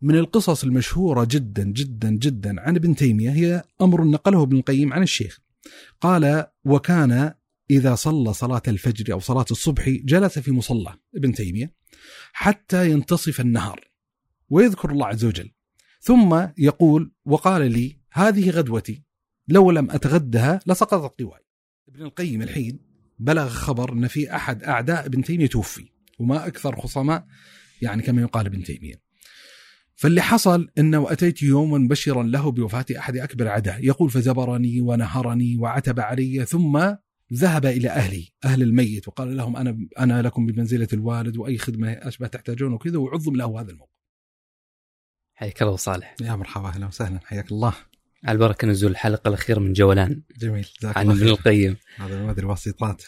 من القصص المشهورة جدا جدا جدا عن ابن تيمية هي أمر نقله ابن القيم عن الشيخ. قال: وكان إذا صلى صلاة الفجر أو صلاة الصبح جلس في مصلى ابن تيمية حتى ينتصف النهار ويذكر الله عز وجل، ثم يقول: وقال لي هذه غدوتي، لو لم أتغدها لسقطت قواي. ابن القيم الحين بلغ خبر أن في أحد أعداء ابن تيمية توفي، وما أكثر خصماء يعني كما يقال ابن تيمية. فاللي حصل أنه أتيت يوما مبشرا له بوفاة أحد أكبر أعداء، يقول: فزبرني ونهرني وعتب علي، ثم ذهب إلى أهل الميت وقال لهم: أنا لكم بمنزلة الوالد، وأي خدمة أشبه تحتاجون وكذا، وعظم له هذا الموقف. حياك الله صالح. يا مرحبا، أهلا وسهلا، حياك الله. على البركة نزول الحلقة الأخيرة من جولان. جميل، عن ابن القيم. هذا ما أدري واسطات.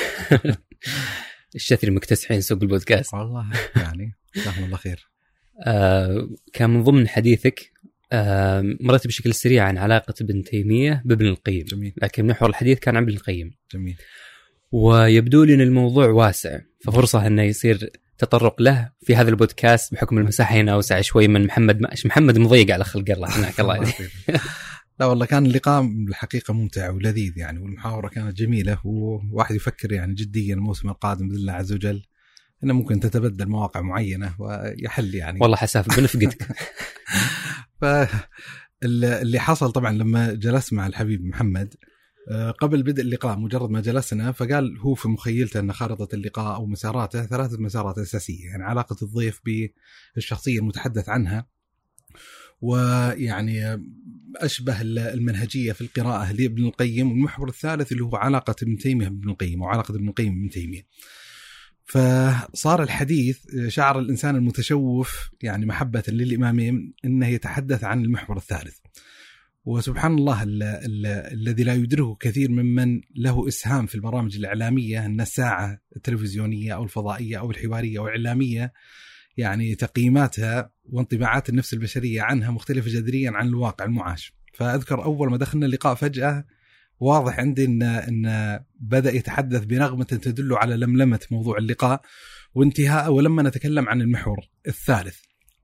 الشثري مكتسحين سوق البودكاست والله، يعني جزاهم الله خير. كان من ضمن حديثك مرت بشكل سريع عن علاقة ابن تيمية بابن القيم. جميل. لكن محور الحديث كان عن ابن القيم. جميل. ويبدو لي أن الموضوع واسع، ففرصة أنه يصير تطرق له في هذا البودكاست بحكم المساحة هنا أوسع شوي من محمد مضيق على خلق الله. حناك الله. لا والله، كان اللقاء بالحقيقة ممتع ولذيذ يعني، والمحاورة كانت جميلة، وواحد يفكر يعني جديا الموسم القادم بإذن الله عز وجل إنه ممكن تتبدل مواقع معينة ويحل يعني. والله حساف بنفقدك. فاللي حصل طبعا لما جلس مع الحبيب محمد قبل بدء اللقاء، مجرد ما جلسنا فقال هو في مخيلته أن خارطة اللقاء أو مساراته 3 مسارات أساسية، يعني علاقة الضيف بالشخصية المتحدث عنها، ويعني أشبه المنهجية في القراءة لابن القيم، والمحور الثالث اللي هو علاقة ابن تيمية بابن القيم، وعلاقة ابن القيم بابن تيمية. فصار الحديث شعر الإنسان المتشوف يعني محبة للإمامين أنه يتحدث عن المحور الثالث. وسبحان الله الذي لا يدركه كثير ممن له إسهام في البرامج الإعلامية أن الساعة التلفزيونية أو الفضائية أو الحوارية أو الإعلامية يعني تقييماتها وانطباعات النفس البشرية عنها مختلفة جذريا عن الواقع المعاش. فأذكر أول ما دخلنا اللقاء فجأة واضح عندي إن بدأ يتحدث بنغمة تدل على لملمة موضوع اللقاء وانتهاء، ولما نتكلم عن المحور الثالث،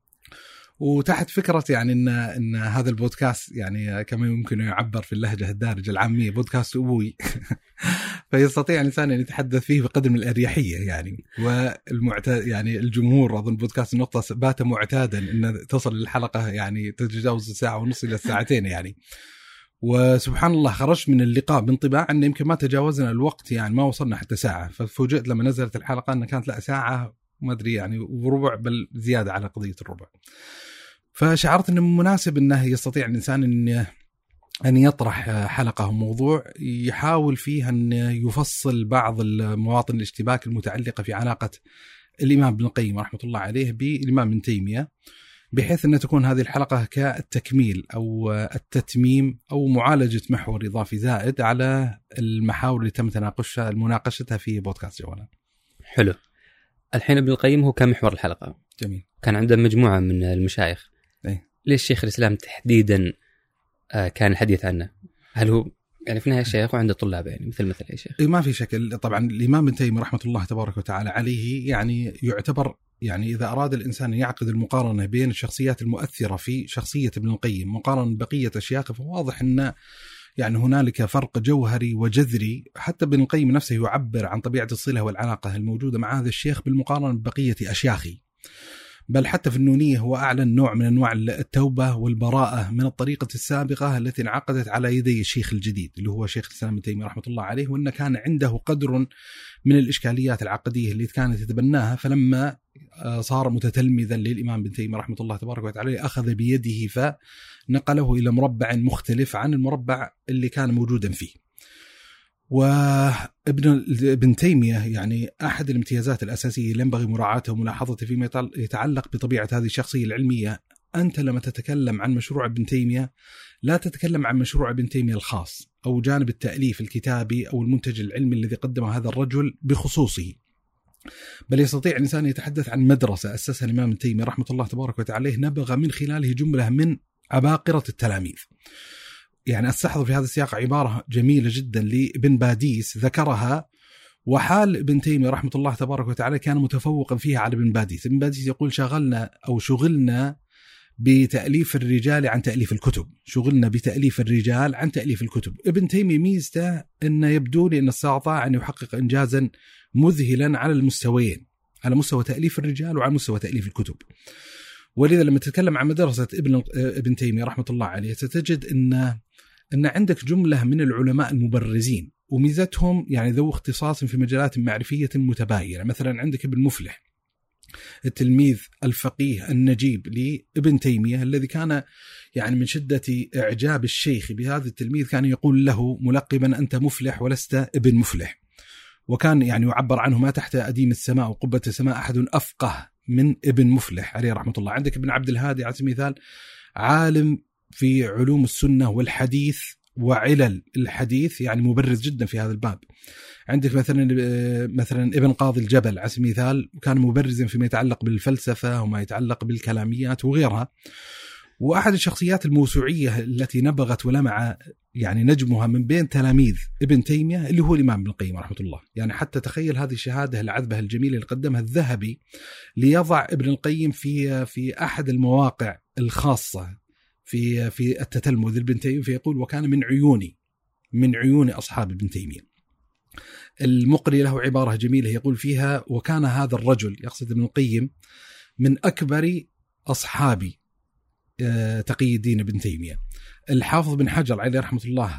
وتحت فكرة يعني إن هذا البودكاست يعني كما يمكن يعبر في اللهجة الدارجة العامية بودكاست أبوي. فيستطيع الإنسان أن يتحدث فيه بقدر من الأريحية يعني، والمعتاد يعني الجمهور أظن بودكاست النقطة بات معتادا أن تصل الحلقة يعني تتجاوز 1.5 ساعة إلى 2 ساعات يعني. وسبحان الله خرجت من اللقاء بانطباع أن يمكن ما تجاوزنا الوقت، يعني ما وصلنا حتى ساعة. ففوجئت لما نزلت الحلقة أنها كانت 1 ساعة ما أدري يعني وربع، بل زيادة على قضية الربع. فشعرت أنه مناسب أنه يستطيع الإنسان أن يطرح حلقة وموضوع يحاول فيها أن يفصل بعض المواطن الاشتباك المتعلقة في علاقة الإمام ابن القيم رحمة الله عليه بالإمام ابن تيمية، بحيث أن تكون هذه الحلقة كالتكميل أو التتميم أو معالجة محور إضافي زائد على المحاور اللي تم مناقشتها في بودكاست جولان. حلو. الحين ابن القيم هو كان محور الحلقة. جميل. كان عنده مجموعة من المشايخ. ليش شيخ الإسلام تحديدا كان الحديث عنه؟ هل هو يعني في النهاية شيخ وعنده طلاب يعني مثل أي شيخ؟ ما في شك. طبعا الإمام ابن تيمية رحمة الله تبارك وتعالى عليه يعني يعتبر يعني إذا أراد الإنسان أن يعقد المقارنة بين الشخصيات المؤثرة في شخصية ابن القيم مقارنة بقية أشياخه، فواضح أن يعني هنالك فرق جوهري وجذري. حتى ابن القيم نفسه يعبر عن طبيعة الصلة والعلاقة الموجودة مع هذا الشيخ بالمقارنة ببقية أشياخه. بل حتى في النونية هو أعلن نوع من أنواع التوبة والبراءة من الطريقة السابقة التي انعقدت على يدي الشيخ الجديد اللي هو شيخ الإسلام ابن تيمية رحمة الله عليه، وأن كان عنده قدر من الإشكاليات العقدية اللي كانت يتبناها. فلما صار متتلمذا للإمام ابن تيمية رحمة الله تبارك وتعالى أخذ بيده فنقله إلى مربع مختلف عن المربع اللي كان موجودا فيه. وابن تيمية يعني أحد الامتيازات الأساسية اللي ينبغي مراعاتها وملاحظتها فيما يتعلق بطبيعة هذه الشخصية العلمية، أنت لما تتكلم عن مشروع ابن تيمية لا تتكلم عن مشروع ابن تيمية الخاص أو جانب التأليف الكتابي أو المنتج العلمي الذي قدمه هذا الرجل بخصوصه، بل يستطيع الإنسان يتحدث عن مدرسة أسسها الإمام ابن تيمية رحمة الله تبارك وتعالى نبغى من خلاله جملة من عباقرة التلاميذ. يعني أستحضر في هذا السياق عبارة جميلة جدا لابن باديس ذكرها، وحال ابن تيمية رحمة الله تبارك وتعالى كان متفوقا فيها على ابن باديس. ابن باديس يقول شغلنا بتأليف الرجال عن تأليف الكتب، شغلنا بتأليف الرجال عن تأليف الكتب. ابن تيمية ميزته أنه يبدو لي أن استطاع أن يحقق إنجازا مذهلا على المستويين، على مستوى تأليف الرجال وعلى مستوى تأليف الكتب. ولذا لما تتكلم عن مدرسة ابن تيمية رحمة الله عليه ستجد أن عندك جملة من العلماء المبرزين وميزتهم يعني ذو اختصاص في مجالات معرفية متباينة. مثلا عندك ابن مفلح التلميذ الفقيه النجيب لابن تيمية، الذي كان يعني من شدة إعجاب الشيخ بهذا التلميذ كان يقول له ملقبا أنت مفلح ولست ابن مفلح، وكان يعني يعبر عنه ما تحت أديم السماء وقبة السماء أحد أفقه من ابن مفلح عليه رحمة الله. عندك ابن عبد الهادي على سبيل المثال عالم في علوم السنة والحديث وعلل الحديث، يعني مبرز جدا في هذا الباب. عندك مثلا ابن قاضي الجبل على سبيل المثال كان مبرزا فيما يتعلق بالفلسفة وما يتعلق بالكلاميات وغيرها. وأحد الشخصيات الموسوعية التي نبغت ولمع يعني نجمها من بين تلاميذ ابن تيمية اللي هو الإمام ابن القيم رحمة الله. يعني حتى تخيل هذه الشهادة العذبة الجميلة اللي قدمها الذهبي ليضع ابن القيم في أحد المواقع الخاصة في التتلمذ ابن تيمية، فيقول وكان من عيون أصحاب ابن تيمية. المقري له عبارة جميلة يقول فيها وكان هذا الرجل، يقصد ابن القيم، من أكبر أصحاب تقي الدين ابن تيمية. الحافظ بن حجر عليه رحمة الله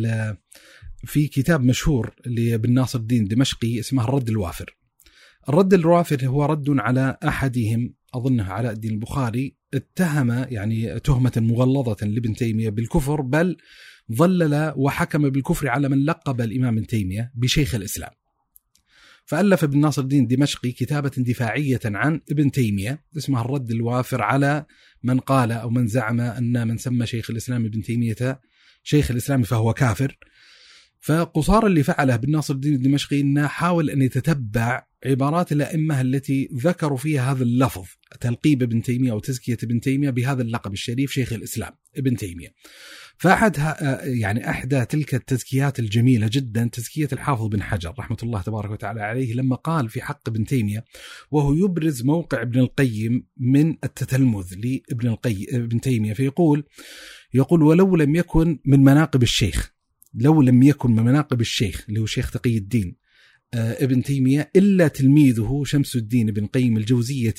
في كتاب مشهور لابن ناصر الدين دمشقي اسمه الرد الوافر. الرد الوافر هو رد على أحدهم أظنه علاء الدين البخاري، اتهم يعني تهمة مغلظة لابن تيمية بالكفر، بل ظلل وحكم بالكفر على من لقب الإمام ابن تيمية بشيخ الإسلام. فألف ابن ناصر الدين دمشقي كتابة دفاعية عن ابن تيمية اسمها الرد الوافر على من قال أو من زعم أن من سمى شيخ الإسلام ابن تيمية شيخ الإسلام فهو كافر. فقصار اللي فعله ابن ناصر الدين الدمشقي أنه حاول أن يتتبع عبارات الأئمة التي ذكروا فيها هذا اللفظ تلقيب ابن تيمية أو تزكية ابن تيمية بهذا اللقب الشريف شيخ الإسلام ابن تيمية. أحدى تلك التزكيات الجميلة جدا تزكية الحافظ بن حجر رحمة الله تبارك وتعالى عليه، لما قال في حق ابن تيمية وهو يبرز موقع ابن القيم من التتلمذ ابن تيمية، فيقول ولو لم يكن من مناقب الشيخ، لو لم يكن من مناقب الشيخ اللي هو شيخ تقي الدين ابن تيمية إلا تلميذه شمس الدين ابن قيم الجوزية،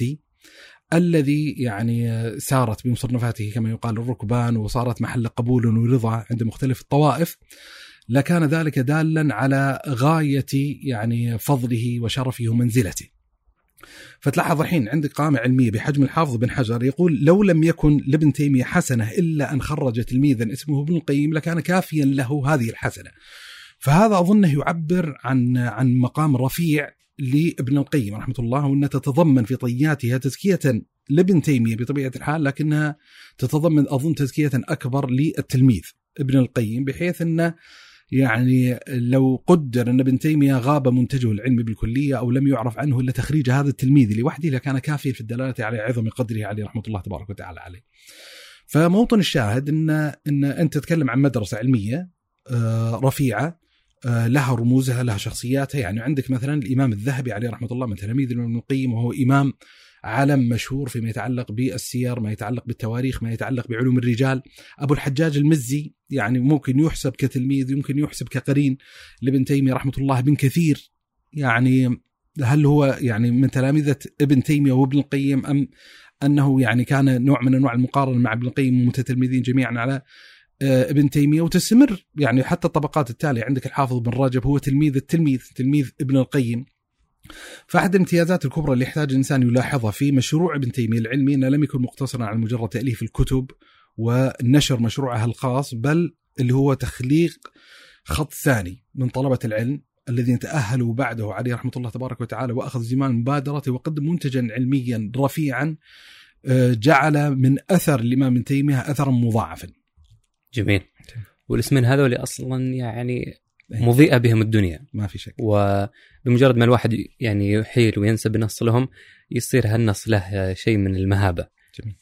الذي يعني سارت بمصنفاته كما يقال الركبان وصارت محل قبول ورضا عند مختلف الطوائف، لكان ذلك دالا على غاية يعني فضله وشرفه ومنزلته. فتلاحظ الحين عندك قامة علمية بحجم الحافظ بن حجر يقول لو لم يكن لابن تيمية حسنة إلا أن خرج تلميذا اسمه ابن القيم لكان كافيا له هذه الحسنة. فهذا أظنه يعبر عن مقام رفيع لابن القيم رحمة الله، وأنها تتضمن في طياتها تزكية لابن تيمية بطبيعة الحال، لكنها تتضمن أظن تزكية أكبر للتلميذ ابن القيم، بحيث أنه يعني لو قدر أن ابن تيمية غاب منتجه العلمي بالكلية أو لم يعرف عنه إلا تخريج هذا التلميذ لوحده لكان كافيا في الدلالة على عظم قدره عليه رحمة الله تبارك وتعالى عليه. فموطن الشاهد إن أنت تتكلم عن مدرسة علمية رفيعة لها رموزها لها شخصياتها. يعني عندك مثلا الإمام الذهبي عليه رحمة الله من تلاميذ ابن القيم، وهو إمام علم مشهور فيما يتعلق بالسير، ما يتعلق بالتواريخ، ما يتعلق بعلوم الرجال. أبو الحجاج المزي يعني ممكن يحسب كتلميذ، يمكن يحسب كقرين لابن تيمية رحمة الله. ابن كثير يعني هل هو يعني من تلاميذة ابن تيمية وابن القيم، أم أنه يعني كان نوع من أنواع المقارنة مع ابن القيم متتلميذين جميعا على ابن تيمية؟ وتستمر يعني حتى الطبقات التالية. عندك الحافظ بن رجب هو تلميذ ابن القيم. فأحد الامتيازات الكبرى اللي يحتاج الإنسان يلاحظها في مشروع ابن تيمية العلمي أنه لم يكن مقتصرا على مجرد تأليف الكتب ونشر مشروعها الخاص، بل اللي هو تخليق خط ثاني من طلبة العلم الذين تأهلوا بعده عليه رحمة الله تبارك وتعالى وأخذ زمام المبادرة وقدم منتجا علميا رفيعا جعل من أثر الإمام ابن تيمية أثرا مضاعفا. جميل. والاسمين هذول أصلا يعني مضيئة بهم الدنيا ما في شك، وبمجرد ما الواحد يعني يحيل وينسب نص لهم يصير هالنص له شيء من المهابة. جميل.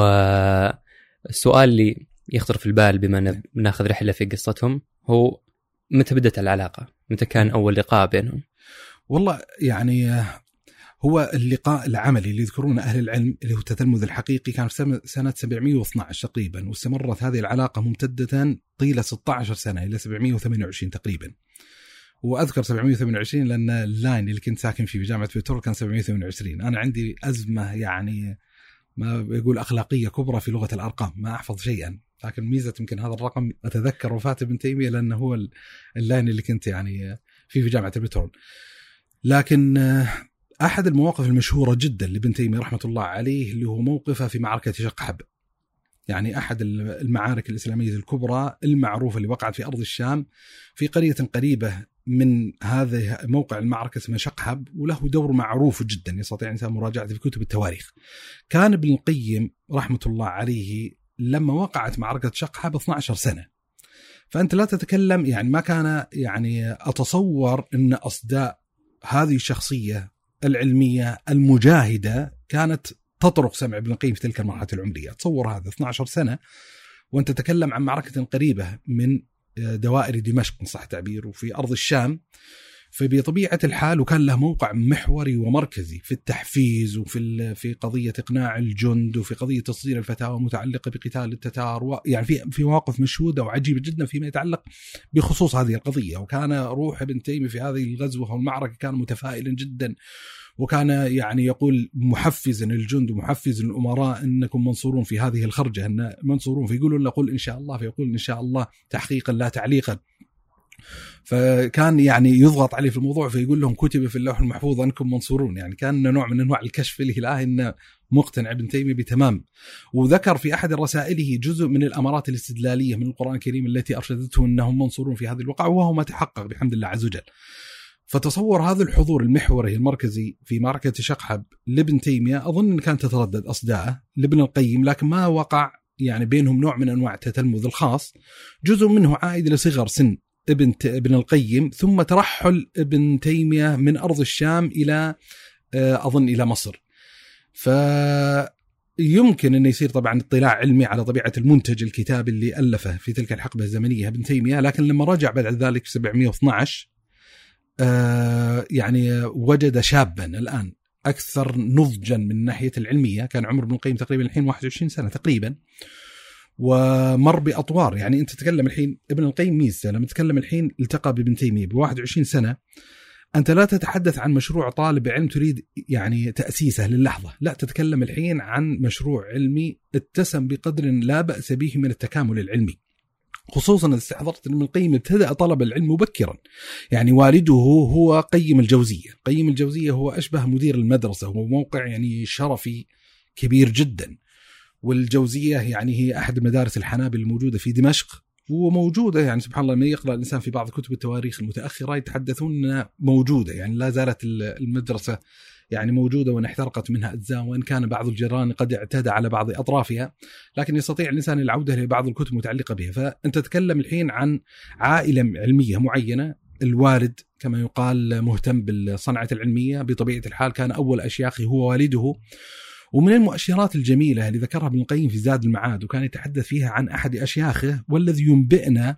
والسؤال اللي يخطر في البال بما ناخذ رحلة في قصتهم هو متى بدأت العلاقة؟ متى كان أول لقاء بينهم؟ والله يعني هو اللقاء العملي اللي يذكرون أهل العلم اللي هو التتلمذ الحقيقي كان في سنة 712 تقريبا، واستمرت هذه العلاقة ممتدة طيلة 16 سنة إلى 728 تقريبا. وأذكر 728 لأن اللاين اللي كنت ساكن فيه في جامعة بيتر كان 728. أنا عندي أزمة يعني ما بيقول أخلاقية كبرى في لغة الأرقام، ما أحفظ شيئا، لكن ميزة يمكن هذا الرقم أتذكر وفاة ابن تيمية لأنه هو اللاين اللي كنت يعني في جامعة البترول. لكن أحد المواقف المشهورة جدا لابن تيمية رحمة الله عليه اللي هو موقفه في معركة شقحب، يعني أحد المعارك الإسلامية الكبرى المعروفة اللي وقعت في أرض الشام في قرية قريبة من هذا موقع المعركة اسمه شقحب، وله دور معروف جدا يستطيع الإنسان مراجعته في كتب التواريخ. كان ابن القيم رحمة الله عليه لما وقعت معركة شقحب 12 سنة، فأنت لا تتكلم يعني ما كان يعني أتصور أن أصداء هذه الشخصية العلمية المجاهدة كانت تطرق سمع ابن القيم في تلك المرحلة العمرية. تصور هذا 12 سنة وأنت تتكلم عن معركة قريبة من دوائر دمشق إن صح التعبير وفي أرض الشام، فبطبيعة الحال وكان له موقع محوري ومركزي في التحفيز وفي قضية إقناع الجند وفي قضية تصدير الفتاوى متعلقة بقتال التتار، يعني في مواقف مشهودة وعجيبة جدا فيما يتعلق بخصوص هذه القضية. وكان روح ابن تيمية في هذه الغزوة والمعركة كان متفائلا جدا، وكان يعني يقول محفزا الجند ومحفزا الأمراء أنكم منصورون في هذه الخرجة، أن منصورون، فيقولون نقول إن شاء الله، فيقول إن شاء الله تحقيقا لا تعليقا. فكان يعني يضغط عليه في الموضوع فيقول لهم كتب في اللوح المحفوظ أنكم منصورون، يعني كان نوع من أنواع الكشف الإلهي أنه مقتنع ابن تيمية بتمام. وذكر في أحد رسائله جزء من الأمارات الاستدلالية من القرآن الكريم التي أرشدته أنهم منصورون في هذه الوقعة، وهو ما تحقق بحمد الله عز وجل. فتصور هذا الحضور المحوري المركزي في معركة شقحب لابن تيمية أظن أن كانت تتردد أصداءه لابن القيم، لكن ما وقع يعني بينهم نوع من أنواع التتلمذ الخاص، جزء منه عائد لصغر سن ابن القيم، ثم ترحل ابن تيمية من أرض الشام إلى أظن إلى مصر. فيمكن أن يصير طبعا اطلاع علمي على طبيعة المنتج الكتاب اللي ألفه في تلك الحقبة الزمنية ابن تيمية، لكن لما رجع بعد ذلك في 712 يعني وجد شابا الآن أكثر نضجا من ناحية العلمية. كان عمر ابن القيم تقريبا الحين 21 سنة تقريبا، ومر بأطوار. يعني أنت تتكلم الحين ابن القيم ميزة لما تتكلم الحين التقى بابن تيمية ب21 سنة، أنت لا تتحدث عن مشروع طالب علم تريد يعني تأسيسه للحظة، لا تتكلم الحين عن مشروع علمي اتسم بقدر لا بأس به من التكامل العلمي، خصوصا إذا استحضرت أن ابن القيم ابتدأ طلب العلم مبكرا. يعني والده هو قيم الجوزية، قيم الجوزية هو أشبه مدير المدرسة، هو موقع يعني شرفي كبير جدا. والجوزية يعني هي أحد مدارس الحنابل الموجودة في دمشق، وموجودة يعني سبحان الله ما يقرأ الإنسان في بعض كتب التواريخ المتأخرة يتحدثون موجودة، يعني لا زالت المدرسة يعني موجودة وإن احترقت منها أجزاء، وإن كان بعض الجيران قد اعتدى على بعض أطرافها، لكن يستطيع الإنسان العودة لبعض الكتب المتعلقة بها. فأنت تتكلم الحين عن عائلة علمية معينة، الوالد كما يقال مهتم بالصنعة العلمية بطبيعة الحال، كان أول أشياخه هو والده. ومن المؤشرات الجميلة اللي ذكرها ابن القيم في زاد المعاد وكان يتحدث فيها عن أحد أشياخه والذي ينبئنا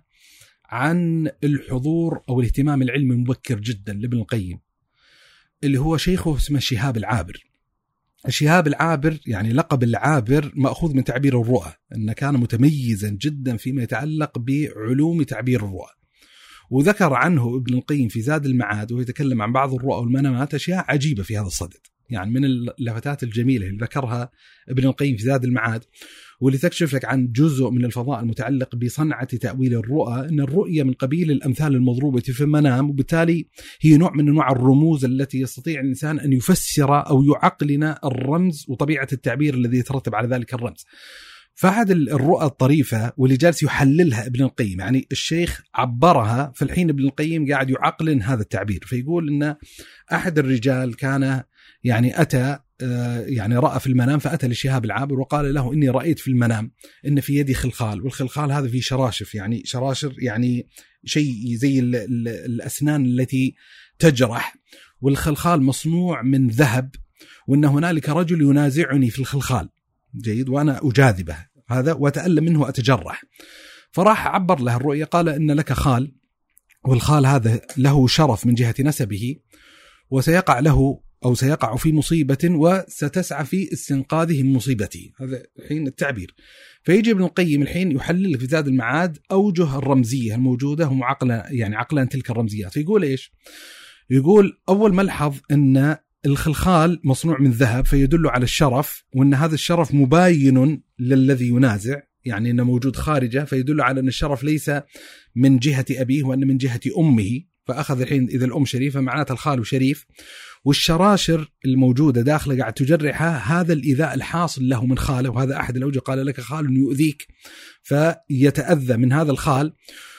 عن الحضور أو الاهتمام العلمي المبكر جدا لابن القيم، اللي هو شيخه اسمه شهاب العابر. شهاب العابر يعني لقب العابر مأخوذ من تعبير الرؤى، أنه كان متميزا جدا فيما يتعلق بعلوم تعبير الرؤى. وذكر عنه ابن القيم في زاد المعاد وهو يتكلم عن بعض الرؤى والمنامات أشياء عجيبة في هذا الصدد. يعني من اللفتات الجميلة اللي ذكرها ابن القيم في زاد المعاد واللي تكشف لك عن جزء من الفضاء المتعلق بصنعة تأويل الرؤى، أن الرؤية من قبيل الأمثال المضروبة في المنام، وبالتالي هي نوع من أنواع الرموز التي يستطيع الإنسان أن يفسر أو يعقلنا الرمز وطبيعة التعبير الذي يترتب على ذلك الرمز. فهذه الرؤى الطريفة واللي جالس يحللها ابن القيم، يعني الشيخ عبرها في الحين ابن القيم قاعد يعقلن هذا التعبير. فيقول أن أحد الرجال كان يعني أتى يعني رأى في المنام، فأتى لشهاب العابر وقال له إني رأيت في المنام إن في يدي خلخال، والخلخال هذا فيه شراشف، يعني شراشر يعني شيء زي الأسنان التي تجرح، والخلخال مصنوع من ذهب، وإن هنالك رجل ينازعني في الخلخال جيد وأنا أجاذبه هذا وأتألم منه وأتجرح. فراح عبر له الرؤية، قال إن لك خال، والخال هذا له شرف من جهة نسبه، وسيقع له أو سيقع في مصيبة وستسعى في استنقاذه من مصيبته. هذا الحين التعبير. فيجي ابن القيم الحين يحلل في زاد المعاد أوجه الرمزية الموجودة ومعقلا يعني عقلا تلك الرمزيات. فيقول إيش؟ يقول أول ملحظ أن الخلخال مصنوع من ذهب فيدل على الشرف، وأن هذا الشرف مباين للذي ينازع، يعني أنه موجود خارجه، فيدل على أن الشرف ليس من جهة أبيه وأن من جهة أمه. فأخذ الحين إذا الأم شريفة معناته الخال شريف، والشراشر الموجودة داخله قاعد تجرحها هذا الإيذاء الحاصل له من خاله. وهذا أحد الأوجه، قال لك خال يؤذيك فيتأذى من هذا الخال.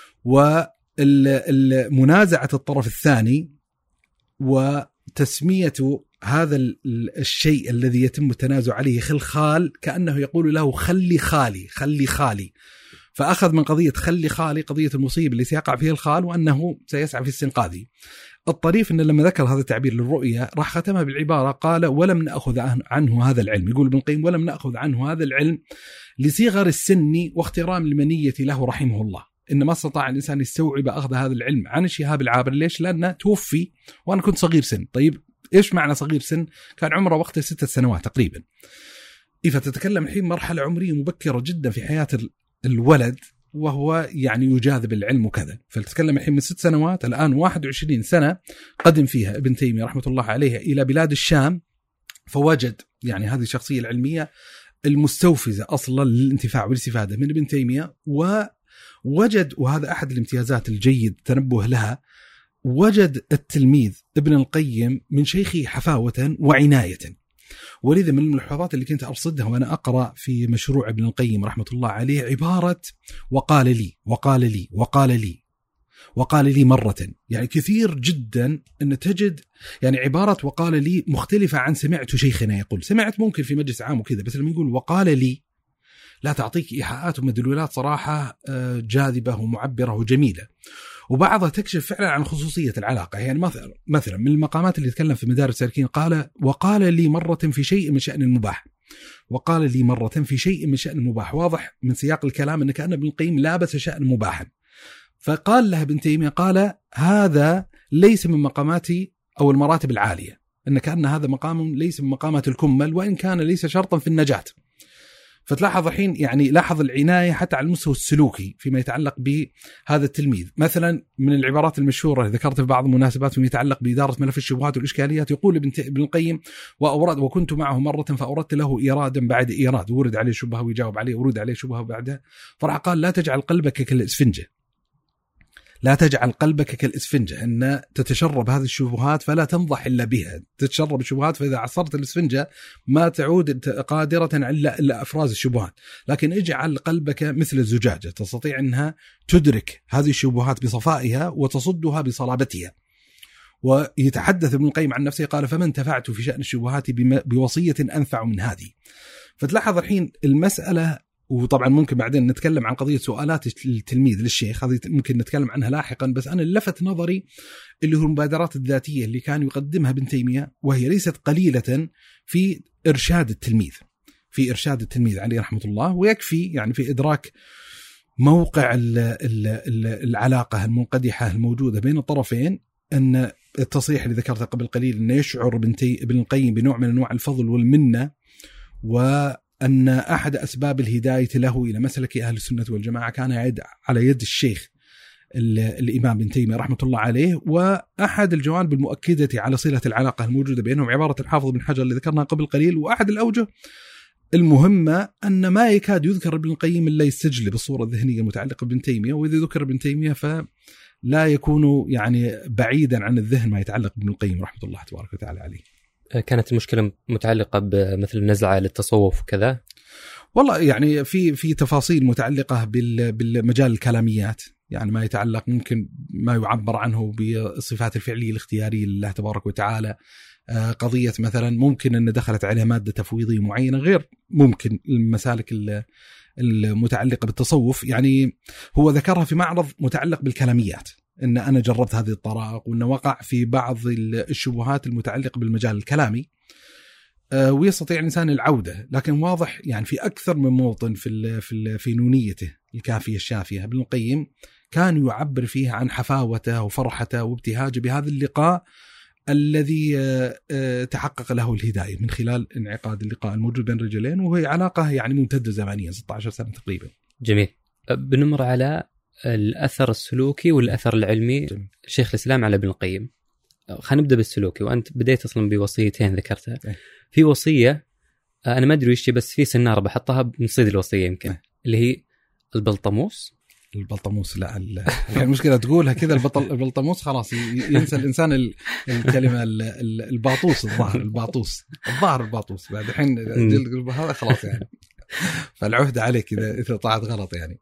ومنازعة الطرف الثاني وتسمية هذا الشيء الذي يتم التنازع عليه خلخال كأنه يقول له خلي خالي خلي خالي. فأخذ من قضية خلي خالي قضية المصيبة اللي سيقع فيها الخال وأنه سيسعى في استنقاذه. الطريف أنه لما ذكر هذا التعبير للرؤية راح ختمها بالعبارة قال ولم نأخذ عنه هذا العلم. يقول ابن القيم ولم نأخذ عنه هذا العلم لصغر السن واخترام المنية له رحمه الله. إن ما استطاع الإنسان يستوعب أخذ هذا العلم عن الشهاب العابر. ليش؟ لأنه توفي وأنا كنت صغير سن. طيب إيش معنى صغير سن؟ كان عمره وقته 6 سنوات تقريبا. فتتكلم الحين مرحلة عمرية مبكرة جدا في حياة الولد وهو يعني يجاذب العلم وكذا. فلتتكلم الحين من 6 سنوات، الآن 21 سنة قدم فيها ابن تيمية رحمة الله عليه إلى بلاد الشام، فوجد يعني هذه الشخصية العلمية المستوفزة أصلا للانتفاع والاستفادة من ابن تيمية. ووجد، وهذا أحد الامتيازات الجيد تنبه لها، وجد التلميذ ابن القيم من شيخه حفاوة وعناية. ولذا من الملاحظات اللي كنت أرصدها وأنا أقرأ في مشروع ابن القيم رحمة الله عليه عبارة وقال لي وقال لي وقال لي وقال لي مرة. يعني كثير جدا أن تجد يعني عبارة وقال لي مختلفة عن سمعت شيخنا يقول. سمعت ممكن في مجلس عام وكذا، بس لما يقول وقال لي لا تعطيك إيحاءات ومدلولات صراحة جاذبة ومعبرة وجميلة، وبعضها تكشف فعلا عن خصوصية العلاقة. يعني مثلا من المقامات اللي يتكلم في مدارج السالكين قال وقال لي مرة في شيء من شأن المباح. وقال لي مرة في شيء من شأن المباح، واضح من سياق الكلام أن كأن ابن القيم لابس شأن مباحا. فقال له ابن تيمية قال هذا ليس من مقاماتي أو المراتب العالية، أن كأن هذا مقام ليس من مقامات الكمل، وإن كان ليس شرطا في النجاة. فتلاحظ الحين يعني لاحظ العناية حتى على المستوى السلوكي فيما يتعلق بهذا التلميذ. مثلا من العبارات المشهورة ذكرت في بعض المناسبات فيما يتعلق بإدارة ملف الشبهات والإشكاليات، يقول ابن القيم وكنت معه مرة فأوردت له إيرادا بعد إيراد، ورد عليه شبهة ويجاوب عليه، ورد عليه شبهة بعدها. فرح قال لا تجعل قلبك كالإسفنجة، لا تجعل قلبك كالإسفنجة، أن تتشرب هذه الشبهات فلا تنضح إلا بها. تتشرب الشبهات، فإذا عصرت الإسفنجة ما تعود قادرة إلا أفراز الشبهات. لكن اجعل قلبك مثل الزجاجة، تستطيع أنها تدرك هذه الشبهات بصفائها وتصدها بصلابتها. ويتحدث ابن القيم عن نفسه قال فمن تفعت في شأن الشبهات بوصية أنفع من هذه. فتلاحظ الحين المسألة، وطبعا ممكن بعدين نتكلم عن قضية سؤالات التلميذ للشيخ، هذه ممكن نتكلم عنها لاحقا. بس أنا لفت نظري اللي هو المبادرات الذاتية اللي كان يقدمها ابن تيمية، وهي ليست قليلة في إرشاد التلميذ عليه رحمة الله. ويكفي يعني في إدراك موقع العلاقة المنقدحة الموجودة بين الطرفين أن التصريح اللي ذكرته قبل قليل أن يشعر ابن القيم بنوع من أنواع الفضل والمنة، وأن أحد أسباب الهداية له إلى مسلك أهل السنة والجماعة كان على يد الشيخ الإمام ابن تيمية رحمة الله عليه. وأحد الجوانب المؤكدة على صلة العلاقة الموجودة بينهم عبارة الحافظ بن حجر اللي ذكرناها قبل قليل. وأحد الأوجه المهمة أن ما يكاد يذكر ابن القيم إلا يستجلب الصورة الذهنية المتعلقة بابن تيمية، وإذا ذكر ابن تيمية فلا يكون يعني بعيدا عن الذهن ما يتعلق بابن القيم رحمة الله تبارك وتعالى عليه. كانت المشكلة متعلقة بمثل نزعة للتصوف وكذا؟ والله يعني في تفاصيل متعلقة بالمجال الكلاميات، يعني ما يتعلق ممكن ما يعبر عنه بالصفات الفعلية الاختيارية لله تبارك وتعالى. قضية مثلا ممكن أن دخلت عليها مادة تفويضية معينة غير ممكن المسالك المتعلقة بالتصوف. يعني هو ذكرها في معرض متعلق بالكلاميات، أن أنا جربت هذه الطرائق وأن وقع في بعض الشبهات المتعلقة بالمجال الكلامي، ويستطيع الإنسان العودة. لكن واضح يعني في أكثر من موطن في نونيته الكافية الشافية ابن القيم كان يعبر فيها عن حفاوته وفرحته وابتهاجه بهذا اللقاء الذي تحقق له الهداية من خلال انعقاد اللقاء الموجود بين الرجلين، وهي علاقة يعني ممتدة زمانيا 16 سنة تقريبا. جميل. بنمر على الأثر السلوكي والأثر العلمي. جميل. شيخ الإسلام على ابن القيم. خلينا نبدأ بالسلوكي، وأنت بديت أصلا بوصيتين ذكرتها. في وصية أنا ما أدري وش، بس في سنارة بحطها بنصيد الوصية يمكن، اللي هي البلطموس. لا المشكلة تقولها كذا البلطموس خلاص ينسى الإنسان الكلمة الباطوس. الباطوس بعد الحين هذا خلاص يعني، فالعهد عليك إذا طلعت غلط يعني.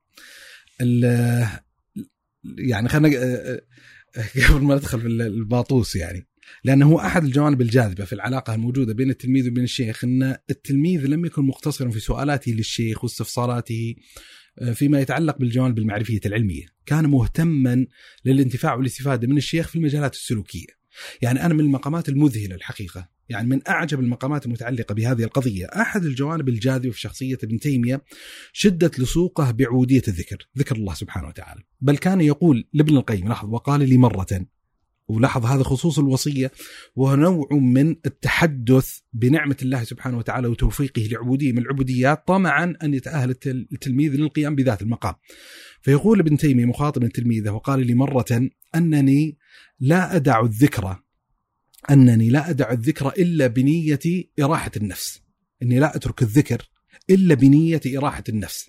يعني خلنا قبل ما ندخل في الباطوس يعني، لأنه هو أحد الجوانب الجاذبة في العلاقة الموجودة بين التلميذ وبين الشيخ، أن التلميذ لم يكن مقتصرا في سؤالاته للشيخ واستفساراته فيما يتعلق بالجوانب المعرفية العلمية، كان مهتما للانتفاع والاستفادة من الشيخ في المجالات السلوكية. يعني أنا من المقامات المذهلة الحقيقة، يعني من أعجب المقامات المتعلقة بهذه القضية، أحد الجوانب الجاذبة في شخصية ابن تيمية شدة لصوقه بعودية الذكر، ذكر الله سبحانه وتعالى. بل كان يقول لابن القيم، لاحظ، وقال لي مرة، ولاحظ هذا خصوص الوصية، وهو نوع من التحدث بنعمة الله سبحانه وتعالى وتوفيقه لعبودية من العبوديات، طمعا أن يتأهل التلميذ للقيام بذات المقام. فيقول ابن تيمية مخاطبا تلميذه، وقال لي مرة أنني لا أدع الذكر إلا بنية إراحة النفس، إني لا أترك الذكر إلا بنية إراحة النفس،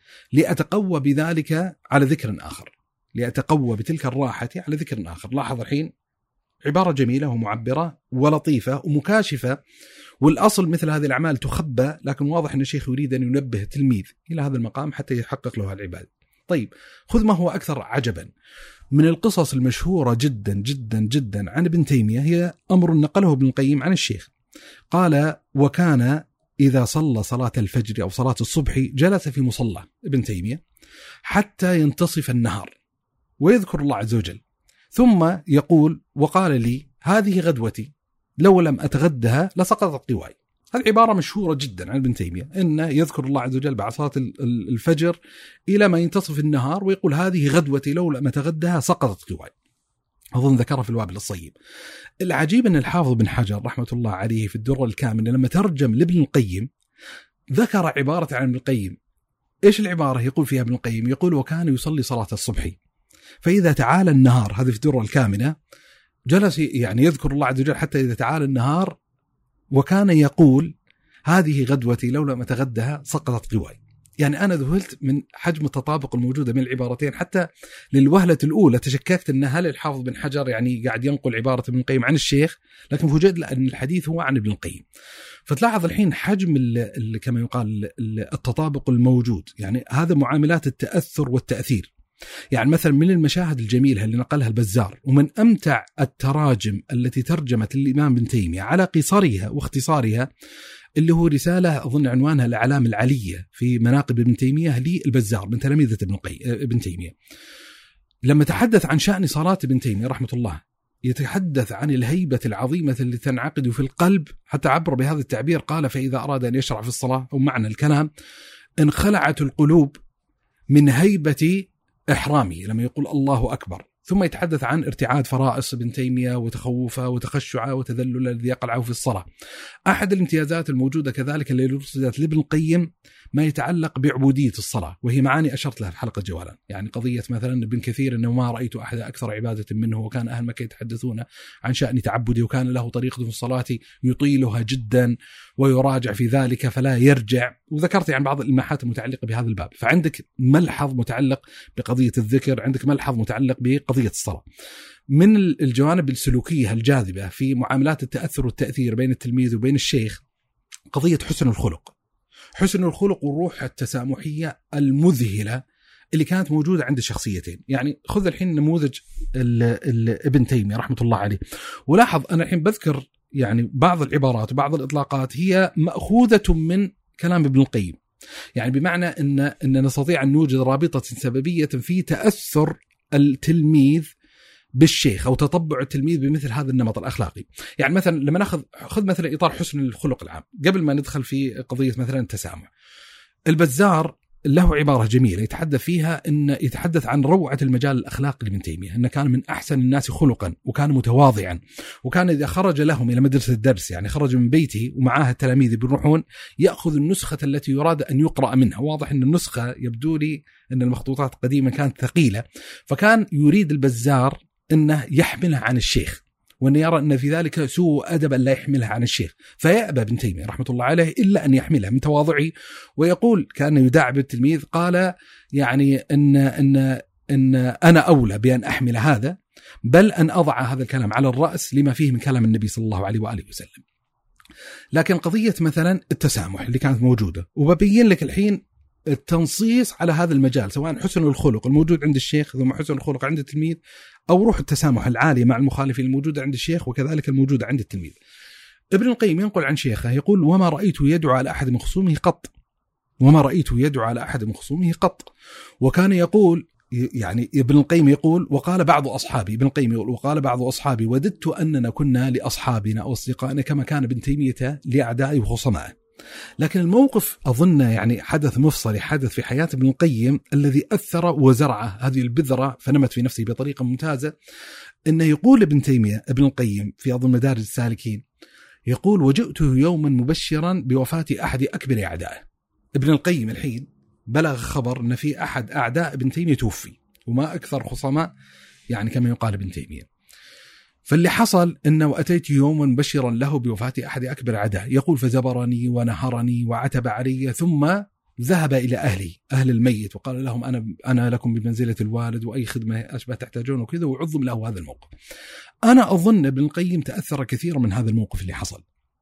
لأتقوى بذلك على ذكر آخر، لأتقوى بتلك الراحة على ذكر آخر. لاحظ الحين عبارة جميلة ومعبرة ولطيفة ومكاشفة، والأصل مثل هذه الأعمال تخبى، لكن واضح أن الشيخ يريد أن ينبه التلميذ إلى هذا المقام حتى يحقق له العبادة. طيب، خذ ما هو أكثر عجبا من القصص المشهورة جدا جدا جدا عن ابن تيمية، هي أمر نقله ابن القيم عن الشيخ. قال: وكان إذا صلى صلاة الفجر أو صلاة الصبح جلس في مصلى ابن تيمية حتى ينتصف النهار ويذكر الله عز وجل، ثم يقول: وقال لي هذه غدوتي، لو لم أتغدها لسقطت قواي. هذه عبارة مشهورة جدا عن ابن تيمية، إنه يذكر الله عز وجل بعد صلاة الفجر إلى ما ينتصف النهار، ويقول: هذه غدوتي، لو لم أتغدها سقطت قواي. أظن ذكرها في الوابل الصيب. العجيب أن الحافظ بن حجر رحمة الله عليه في الدرة الكامنة لما ترجم لابن القيم ذكر عبارة عن ابن القيم. إيش العبارة يقول فيها ابن القيم؟ يقول: وكان يصلي صلاة الصبح، فإذا تعالى النهار، هذه في الدرة الكامنة، جلس يعني يذكر الله عز وجل حتى إذا تعالى النهار، وكان يقول: هذه غدوتي، لو لم أتغدها سقطت قواي. يعني أنا ذهلت من حجم التطابق الموجودة بين العبارتين، حتى للوهلة الأولى تشككت أن هل الحافظ بن حجر يعني قاعد ينقل عبارة ابن القيم عن الشيخ، لكن فوجئت أن الحديث هو عن ابن القيم. فتلاحظ الحين حجم كما يقال التطابق الموجود، يعني هذا معاملات التأثر والتأثير. يعني مثلا من المشاهد الجميلة اللي نقلها البزار، ومن أمتع التراجم التي ترجمت الإمام ابن تيمية على قصرها واختصارها، اللي هو رسالة أظن عنوانها الأعلام العلية في مناقب ابن تيمية للبزار من تلاميذة ابن تيمية. لما تحدث عن شأن صلاة ابن تيمية رحمة الله، يتحدث عن الهيبة العظيمة التي تنعقد في القلب، حتى عبر بهذا التعبير، قال: فإذا أراد أن يشرع في الصلاة، أو معنى الكلام، انخلعت القلوب من هيبة إحرامه لما يقول الله أكبر. ثم يتحدث عن ارتعاد فرائص ابن تيمية وتخوفه وتخشعه وتذلل الذي يقع في الصلاة. أحد الامتيازات الموجودة كذلك اللي رصدت لابن القيم ما يتعلق بعبودية الصلاة، وهي معاني أشرت لها في حلقة جوالان. يعني قضية مثلا ابن كثير أنه ما رأيت أحد أكثر عبادة منه، وكان أهل مكة يتحدثون عن شأن تعبده، وكان له طريقة في الصلاة يطيلها جدا ويراجع في ذلك فلا يرجع. وذكرت يعني بعض الإلماحات المتعلقة بهذا الباب. فعندك ملحظ متعلق بقضية الذكر، عندك ملحظ متعلق بقضية الصلاة. من الجوانب السلوكية الجاذبة في معاملات التأثر والتأثير بين التلميذ وبين الشيخ قضية حسن الخلق. حسن الخلق والروح التسامحية المذهلة اللي كانت موجودة عند الشخصيتين. يعني خذ الحين نموذج ابن تيمية رحمة الله عليه، ولاحظ أنا الحين بذكر يعني بعض العبارات وبعض الإطلاقات هي مأخوذة من كلام ابن القيم، يعني بمعنى أن نستطيع أن نوجد رابطة سببية في تأثر التلميذ بالشيخ أو تطبع التلميذ بمثل هذا النمط الأخلاقي. يعني مثلا لما خذ مثلا إطار حسن الخلق العام قبل ما ندخل في قضية مثلا التسامح. البزار له عبارة جميلة يتحدث فيها يتحدث عن روعة المجال الأخلاقي لابن تيمية، أنه كان من أحسن الناس خلقا وكان متواضعا، وكان إذا خرج لهم إلى مدرسة الدرس يعني خرج من بيته ومعاه التلاميذ بيروحون يأخذ النسخة التي يراد أن يقرأ منها. واضح أن النسخة يبدو لي أن المخطوطات قديما كانت ثقيلة، فكان يريد البزار أنه يحملها عن الشيخ، وأن يرى أن في ذلك سوء أدب أن لا يحملها عن الشيخ، فيأبى ابن تيمية رحمة الله عليه إلا أن يحملها من تواضعه. ويقول كان يداعب التلميذ، قال يعني إن أنا أولى بأن أحمل هذا، بل أن أضع هذا الكلام على الرأس لما فيه من كلام النبي صلى الله عليه وآله وسلم. لكن قضية مثلا التسامح اللي كانت موجودة، وببين لك الحين التنصيص على هذا المجال، سواء حسن الخلق الموجود عند الشيخ ثم حسن الخلق عند التلميذ، أو روح التسامح العالية مع المخالفين الموجودة عند الشيخ وكذلك الموجودة عند التلميذ. ابن القيم ينقل عن شيخه يقول: وما رأيته يدعو على أحد من خصومه قط، وما رأيته يدعو على أحد من خصومه قط. وكان يقول يعني ابن القيم يقول: وقال بعض أصحابي، ابن القيم يقول: وقال بعض أصحابي وددت أننا كنا لأصحابنا أو أصدقائنا كما كان ابن تيمية لأعدائه وخصمائه. لكن الموقف أظن يعني حدث مفصلي حدث في حياة ابن القيم الذي أثر وزرع هذه البذرة فنمت في نفسه بطريقة ممتازة. إنه يقول ابن تيمية ابن القيم في أظن مدارج السالكين، يقول: وجئته يوما مبشرا بوفاة أحد أكبر أعدائه. ابن القيم الحين بلغ خبر أن في أحد أعداء ابن تيمية توفي، وما أكثر خصماء يعني كما يقال ابن تيمية. فاللي حصل أنه أتيت يوما مبشرا له بوفاة أحد أكبر أعدائه، يقول: فزبرني ونهرني وعتب علي، ثم ذهب إلى أهل الميت وقال لهم: أنا لكم بمنزلة الوالد، وأي خدمة أشبه تحتاجون وكذا، وعظم له هذا الموقف. أنا أظن ابن القيم تأثر كثيرا من هذا الموقف اللي حصل،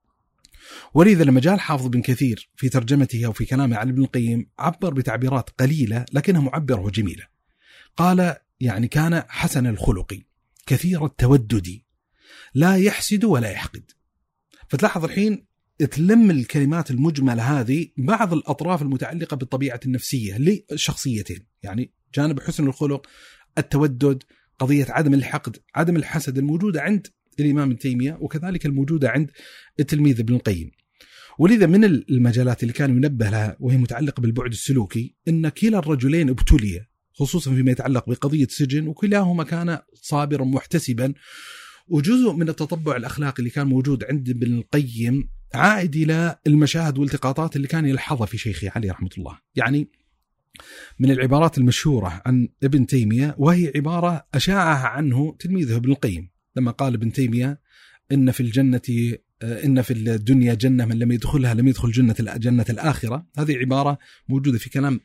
ولذا لما جاء الحافظ بن كثير في ترجمته أو في كلامه عن ابن القيم عبر بتعبيرات قليلة لكنها معبرة وجميلة. قال يعني كان حسن الخلق كثير التودد، لا يحسد ولا يحقد. فتلاحظ الحين تلم الكلمات المجملة هذه بعض الأطراف المتعلقة بالطبيعة النفسية للشخصيتين، يعني جانب حسن الخلق، التودد، قضية عدم الحقد، عدم الحسد الموجودة عند الإمام ابن تيمية، وكذلك الموجودة عند التلميذ ابن القيم. ولذا من المجالات اللي كان ينبه لها وهي متعلقة بالبعد السلوكي أن كلا الرجلين ابتلي، خصوصا فيما يتعلق بقضية سجن، وكلاهما كان صابرا محتسبا. وجزء من التطبع الأخلاقي اللي كان موجود عند ابن القيم عائد إلى المشاهد والالتقاطات اللي كان يلحظها في شيخه عليه رحمة الله. يعني من العبارات المشهورة عن ابن تيمية، وهي عبارة أشاعها عنه تلميذه ابن القيم لما قال ابن تيمية: إن في الدنيا جنة من لم يدخلها لم يدخل جنة الآخرة. هذه عبارة موجودة في كلام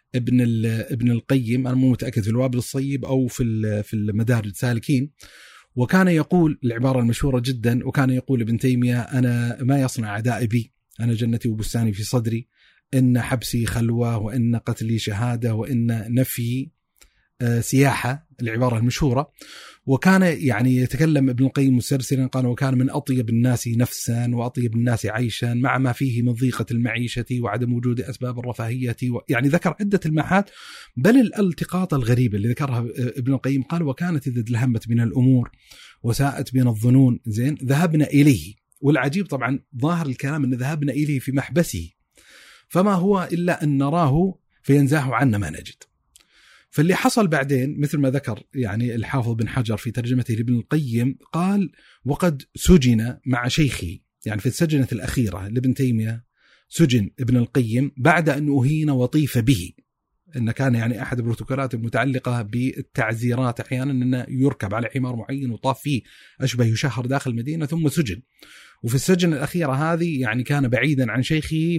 ابن القيم، أنا مو متأكد في الوابل الصيب أو في المدارج السالكين. وكان يقول العبارة المشهورة جدا، وكان يقول ابن تيمية: أنا ما يصنع أعدائي بي، أنا جنتي وبستاني في صدري، إن حبسي خلوة، وإن قتلي شهادة، وإن نفي سياحة، العبارة المشهورة. وكان يعني يتكلم ابن القيم مسرسلا، قال: وكان من أطيب الناس نفسا وأطيب الناس عيشا، مع ما فيه من ضيقة المعيشة وعدم وجود أسباب الرفاهية. يعني ذكر عدة المحات، بل الالتقاط الغريبة اللي ذكرها ابن القيم قال: وكانت إذا دلهمت بنا الأمور وساءت بنا الظنون زين ذهبنا إليه. والعجيب طبعا ظاهر الكلام أن ذهبنا إليه في محبسه، فما هو إلا أن نراه فينزاه عنا ما نجد. فاللي حصل بعدين مثل ما ذكر يعني الحافظ بن حجر في ترجمته لابن القيم، قال: وقد سجن مع شيخه، يعني في السجنة الأخيرة لابن تيمية سجن ابن القيم بعد أن أهين وطيف به، إن كان يعني أحد البروتوكولات المتعلقة بالتعزيرات أحيانا أنه يركب على حمار معين وطاف فيه أشبه يشهر داخل المدينة ثم سجن. وفي السجن الأخيرة هذه يعني كان بعيدا عن شيخه،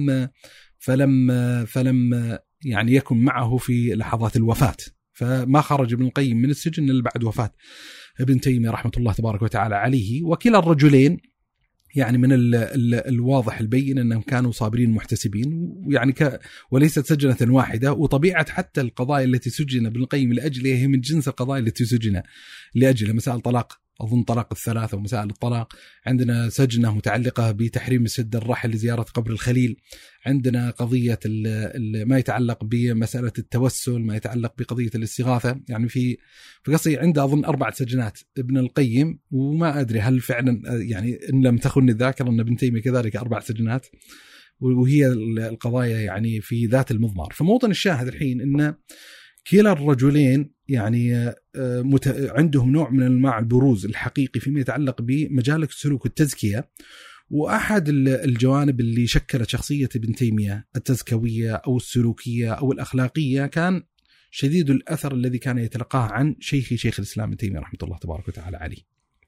فلم يعني يكن معه في لحظات الوفاة، فما خرج ابن القيم من السجن إلا بعد وفاة ابن تيمية رحمة الله تبارك وتعالى عليه. وكلا الرجلين يعني من الواضح البين أنهم كانوا صابرين محتسبين، ويعني وليست سجنة واحدة. وطبيعة حتى القضايا التي سجن ابن القيم لأجلها هي من جنس القضايا التي سجن لأجلها، مسائل طلاق، أظن طلاق الثلاثة ومسائل الطلاق. عندنا سجنة متعلقة بتحريم سد الرحل لزيارة قبر الخليل. عندنا قضية ما يتعلق بمسألة التوسل، ما يتعلق بقضية الاستغاثة. يعني في قصي عنده أظن 4 سجنات ابن القيم، وما أدري هل فعلا يعني إن لم تخن الذاكرة أن ابن تيمية كذلك 4 سجنات، وهي القضايا يعني في ذات المضمار. فموطن الشاهد الحين أن كلا الرجلين يعني عندهم نوع من انواع البروز الحقيقي فيما يتعلق بمجال السلوك والتزكية. وأحد الجوانب اللي شكلت شخصية ابن تيمية التزكوية أو السلوكية أو الأخلاقية كان شديد الأثر الذي كان يتلقاه عن شيخ الإسلام ابن تيمية رحمة الله تبارك وتعالى عليه.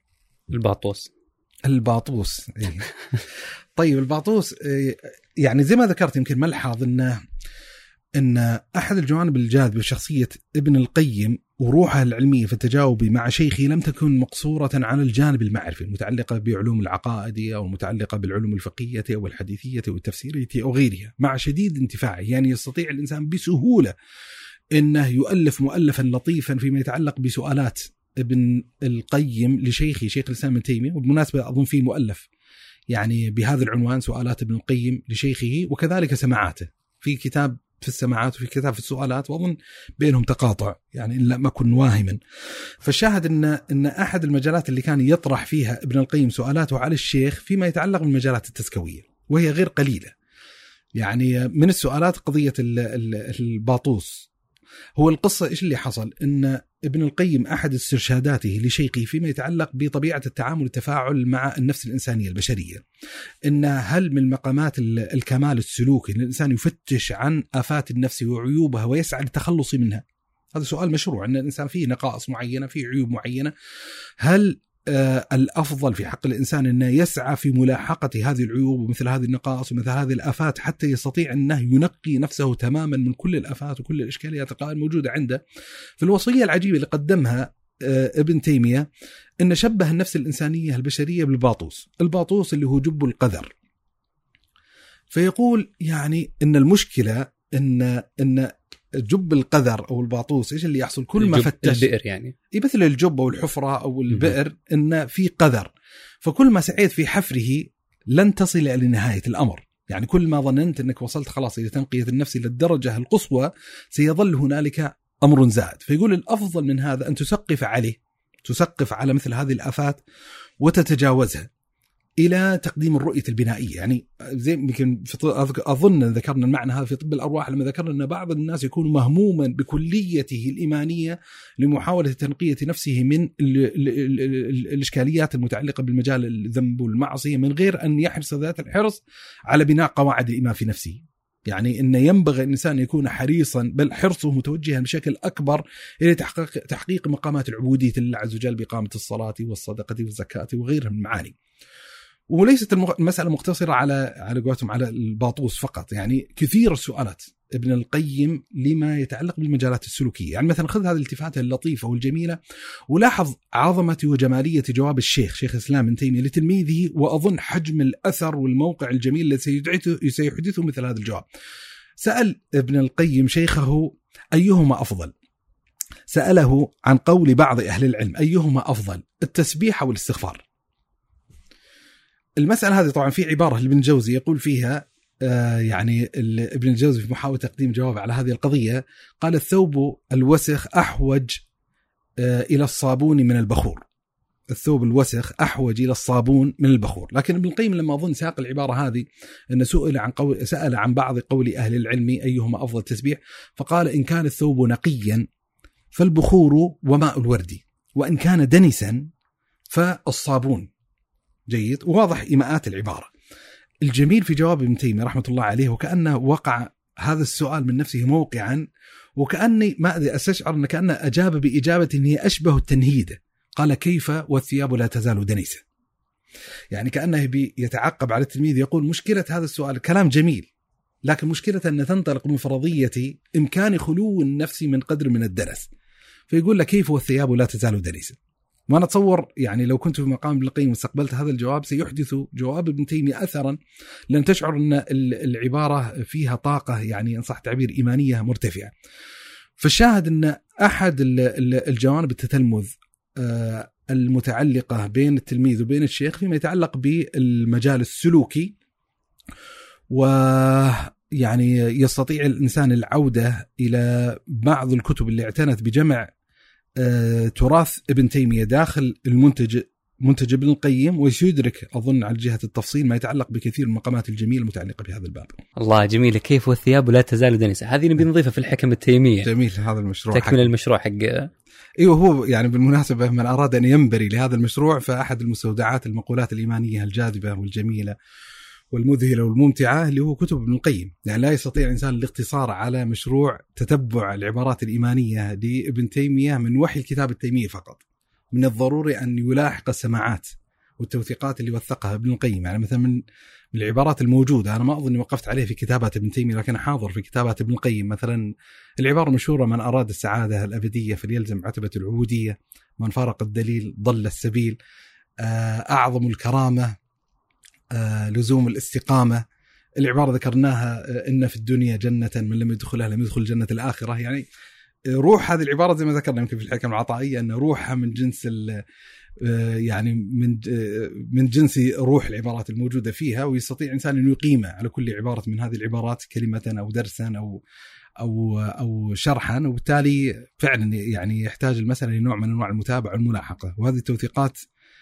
الباطوس. طيب الباطوس يعني زي ما ذكرت يمكن ملحظ أن أحد الجوانب الجاذبة بشخصية ابن القيم وروحه العلمية في التجاوب مع شيخه لم تكن مقصورة على الجانب المعرفي المتعلقة بعلوم العقائد أو المتعلقة بالعلوم الفقهية أو الحديثية أو التفسيرية أو غيرها، مع شديد انتفاعه. يعني يستطيع الإنسان بسهولة أنه يؤلف مؤلفا لطيفا فيما يتعلق بسؤالات ابن القيم لشيخ الإسلام ابن تيمية. وبالمناسبة أظن فيه مؤلف يعني بهذا العنوان سؤالات ابن القيم لشيخه، وكذلك سماعاته في كتاب في السماعات وفي كتاب في السؤالات، وأظن بينهم تقاطع يعني إن لم أكن واهما. فالشاهد أن أحد المجالات اللي كان يطرح فيها ابن القيم سؤالاته على الشيخ فيما يتعلق بالمجالات التزكوية، وهي غير قليلة. يعني من السؤالات قضية الباطوس. هو القصة إيش اللي حصل؟ أن ابن القيم أحد استرشاداته لشيخه فيما يتعلق بطبيعة التعامل والتفاعل مع النفس الإنسانية البشرية، إن هل من مقامات الكمال السلوكي أن الإنسان يفتش عن آفات النفس وعيوبها ويسعى للتخلص منها؟ هذا سؤال مشروع، أن الإنسان فيه نقائص معينة، فيه عيوب معينة، هل الأفضل في حق الإنسان أنه يسعى في ملاحقة هذه العيوب ومثل هذه النقائص ومثل هذه الآفات حتى يستطيع أنه ينقي نفسه تماما من كل الآفات وكل الإشكاليات الموجودة عنده؟ في الوصية العجيبة اللي قدمها ابن تيمية أن شبه النفس الإنسانية البشرية بالباطوس، الباطوس اللي هو جب القذر. فيقول يعني أن المشكلة أن جب القذر أو الباطوس إيش اللي يحصل؟ كل ما فتش البئر يعني مثل الجب أو الحفرة أو البئر إن في قذر، فكل ما سعيت في حفره لن تصل إلى نهاية الأمر. يعني كل ما ظننت أنك وصلت خلاص إلى تنقية النفس إلى الدرجة القصوى سيظل هنالك أمر زائد. فيقول الأفضل من هذا أن تسقف على مثل هذه الآفات وتتجاوزها إلى تقديم الرؤية البنائية. يعني زي يمكن أظن ذكرنا المعنى هذا في طب الأرواح لما ذكرنا أن بعض الناس يكون مهموما بكليته الإيمانية لمحاولة تنقية نفسه من الإشكاليات المتعلقة بالمجال الذنب والمعصية من غير أن يحرص ذات الحرص على بناء قواعد الإيمان في نفسه. يعني إن ينبغي الإنسان يكون حريصا بل حرصه متوجها بشكل أكبر إلى تحقيق مقامات العبودية لله عز وجل بإقامة الصلاة والصدقة والزكاة وغيرها من المعاني. وليست المسألة مقتصرة على قولتهم على الباطوس فقط، يعني كثير السؤالات ابن القيم لما يتعلق بالمجالات السلوكية. يعني مثلا خذ هذه الالتفاتة اللطيفة والجميلة ولاحظ عظمة وجمالية جواب شيخ الإسلام ابن تيمية لتلميذه، وأظن حجم الأثر والموقع الجميل الذي سيحدثه مثل هذا الجواب. سأل ابن القيم شيخه أيهما أفضل؟ سأله عن قول بعض أهل العلم أيهما أفضل، التسبيح أو الاستغفار؟ المسألة هذه طبعا في عبارة لابن الجوزي يقول فيها يعني ابن الجوزي في محاولة تقديم جواب على هذه القضية قال الثوب الوسخ أحوج إلى الصابون من البخور. الثوب الوسخ أحوج إلى الصابون من البخور. لكن ابن القيم لما أظن ساق العبارة هذه أن سأل عن بعض قول أهل العلم أيهما أفضل تسبيح، فقال إن كان الثوب نقيا فالبخور وماء الورد، وإن كان دنسا فالصابون. جيد وواضح إيماءات العبارة. الجميل في جواب ابن تيمية رحمة الله عليه وكأنه وقع هذا السؤال من نفسه موقعا، وكأني ما أستشعر أن كأنه أجاب بإجابة هي أشبه التنهيد. قال كيف والثياب لا تزال دنيسة؟ يعني كأنه يتعقب على التلميذ يقول مشكلة هذا السؤال كلام جميل، لكن مشكلة أن تنطلق من فرضية إمكان خلو النفس من قدر من الدنس، فيقول لك كيف والثياب لا تزال دنيسة. وأنا أتصور يعني لو كنت في مقام ابن القيم واستقبلت هذا الجواب سيحدث جواب ابن تيمية أثرا، لأن تشعر أن العبارة فيها طاقة يعني إن صح تعبير إيمانية مرتفعة. فالشاهد أن أحد الجوانب التتلمذ المتعلقة بين التلميذ وبين الشيخ فيما يتعلق بالمجال السلوكي، ويعني يستطيع الإنسان العودة إلى بعض الكتب اللي اعتنت بجمع تراث ابن تيمية داخل المنتج منتج ابن القيم ويدرك أظن على جهة التفصيل ما يتعلق بكثير من المقامات الجميلة المتعلقة بهذا الباب. الله جميل. كيف والثياب ولا تزال دنسة، هذه نبي نضيفها في الحكم التيمية. جميل هذا المشروع، تكمل المشروع حق ايوه. هو يعني بالمناسبة من أراد أن ينبري لهذا المشروع، فأحد المستودعات المقولات الإيمانية الجاذبة والجميلة والمذهلة والممتعة اللي هو كتب ابن القيم. يعني لا يستطيع الإنسان الاقتصار على مشروع تتبع العبارات الإيمانية لابن تيمية من وحي الكتاب التيمية فقط. من الضروري أن يلاحق السماعات والتوثيقات اللي وثقها ابن القيم. يعني مثلا من العبارات الموجودة، أنا ما أظن وقفت عليه في كتابات ابن تيمية لكن حاضر في كتابات ابن القيم، مثلا العبارة المشهورة: من أراد السعادة الأبدية فليلزم عتبة العبودية، من فارق الدليل ضل السبيل، أعظم الكرامة لزوم الاستقامة. العبارة ذكرناها: إن في الدنيا جنة من لم يدخلها لم يدخل جنة الآخرة. يعني روح هذه العبارة زي ما ذكرنا يمكن في الحكم العطائية أن روحها من جنس يعني من جنس روح العبارات الموجودة فيها، ويستطيع إنسان أن يقيم على كل عبارة من هذه العبارات كلمة أو درسا أو شرحا، وبالتالي فعلا يعني يحتاج المسألة لنوع من أنواع المتابعة والملاحقة. وهذه التوثيقات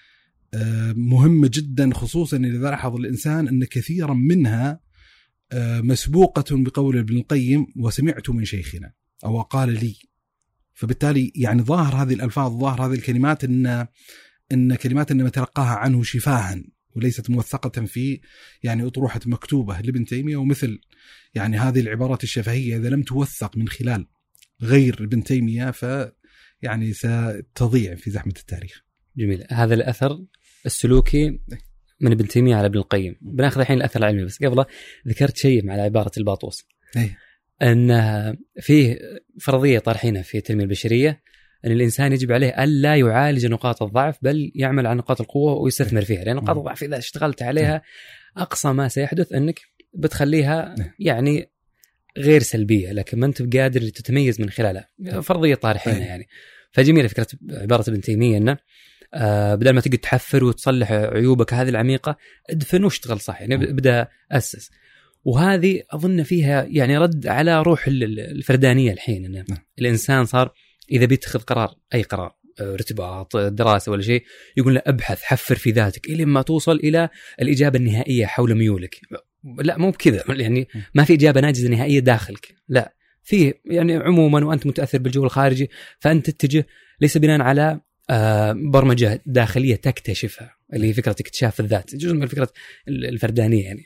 مهمة جدا، خصوصا إذا لاحظ الإنسان أن كثيرا منها مسبوقة بقول ابن القيم: وسمعت من شيخنا أو قال لي. فبالتالي يعني ظاهر هذه الألفاظ، ظاهر هذه الكلمات إن كلمات إنما تلقاها عنه شفاها وليست موثقة في يعني أطروحة مكتوبة لابن تيمية. ومثل يعني هذه العبارات الشفهية إذا لم توثق من خلال غير ابن تيمية يعني ستضيع في زحمة التاريخ. جميل. هذا الأثر السلوكي من ابن تيمية على ابن القيم. بناخذ الحين الأثر العلمي، بس قبله ذكرت شيء على عبارة الباطوس، أن فيه فرضية طرحينها في التنمية البشرية أن الإنسان يجب عليه ألا يعالج نقاط الضعف بل يعمل على نقاط القوة ويستثمر فيها، لأن نقاط الضعف إذا اشتغلت عليها أقصى ما سيحدث أنك بتخليها يعني غير سلبية، لكن ما أنت قادر تتميز من خلالها. فرضية طارحينها يعني. فجميلة فكرة عبارة ابن تيمية أنه بدل ما تقعد تحفر وتصلح عيوبك هذه العميقة، ادفن واشتغل صح. يعني بدأ أسس. وهذه أظن فيها يعني رد على روح الفردانية الحين، أن الإنسان صار إذا بيتخذ قرار، أي قرار، ارتباط، دراسة ولا شيء، يقول له أبحث، حفر في ذاتك إلى ما توصل إلى الإجابة النهائية حول ميولك. لا، مو بكذا، يعني ما في إجابة ناجزة نهائية داخلك، لا، فيه يعني عموما وأنت متأثر بالجو الخارجي، فأنت تتجه ليس بناء على برمجة داخلية تكتشفها اللي هي فكرة اكتشاف الذات، جزء من فكرة الفردانية يعني.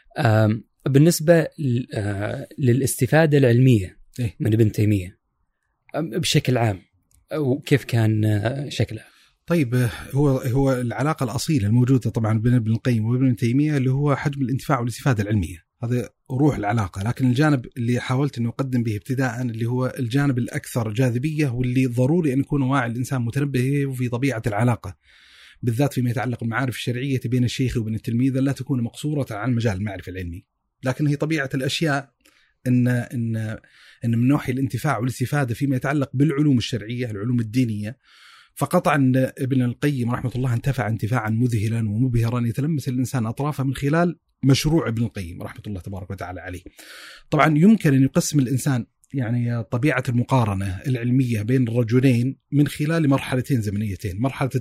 بالنسبة للاستفادة العلمية من ابن تيمية بشكل عام، وكيف كان شكلها؟ طيب، هو العلاقة الأصيلة الموجودة طبعا بين ابن القيم وابن تيمية اللي هو حجم الانتفاع والاستفادة العلمية، هذا روح العلاقة. لكن الجانب اللي حاولت أن أقدم به ابتداء اللي هو الجانب الأكثر جاذبية، واللي ضروري أن يكون واعي الإنسان متنبه في طبيعة العلاقة، بالذات فيما يتعلق بالمعارف الشرعية بين الشيخ وبين التلميذ، لا تكون مقصورة عن مجال المعرفة العلمي. لكن هي طبيعة الأشياء إن من ناحية الانتفاع والاستفادة فيما يتعلق بالعلوم الشرعية، العلوم الدينية، فقطعا ابن القيم رحمة الله انتفع انتفاعا مذهلا ومبهرا يتلمس الإنسان أطرافه من خلال مشروع ابن القيم رحمة الله تبارك وتعالى عليه. طبعا يمكن أن يقسم الإنسان يعني طبيعة المقارنة العلمية بين الرجلين من خلال مرحلتين زمنيتين: مرحلة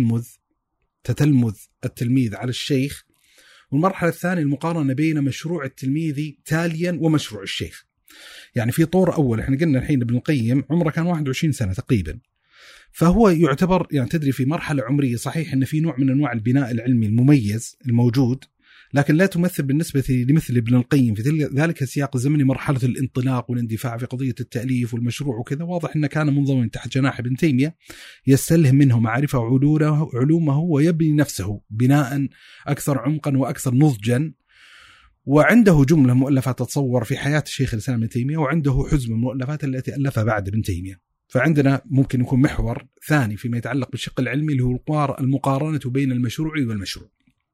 تتلمذ التلميذ على الشيخ، والمرحلة الثانية المقارنة بين مشروع التلميذ تاليا ومشروع الشيخ. يعني في طور أول احنا قلنا الحين ابن القيم عمره كان 21 سنة تقريبا، فهو يعتبر يعني تدري في مرحلة عمرية صحيح أن في نوع من أنواع البناء العلمي المميز الموجود، لكن لا تمثل بالنسبة لمثل ابن القيم في ذلك السياق الزمني مرحلة الانطلاق والاندفاع في قضية التأليف والمشروع وكذا. واضح أنه كان منضوي تحت جناح ابن تيمية يستلهم منه معرفة علومه ويبني نفسه بناء أكثر عمقا وأكثر نضجا. وعنده جملة مؤلفات تتصور في حياة الشيخ الإسلام ابن تيمية، وعنده حزم من المؤلفات التي ألفها بعد ابن تيمية. فعندنا ممكن يكون محور ثاني فيما يتعلق بالشق العلمي اللي هو المقارنة بين المشروع والمشروع.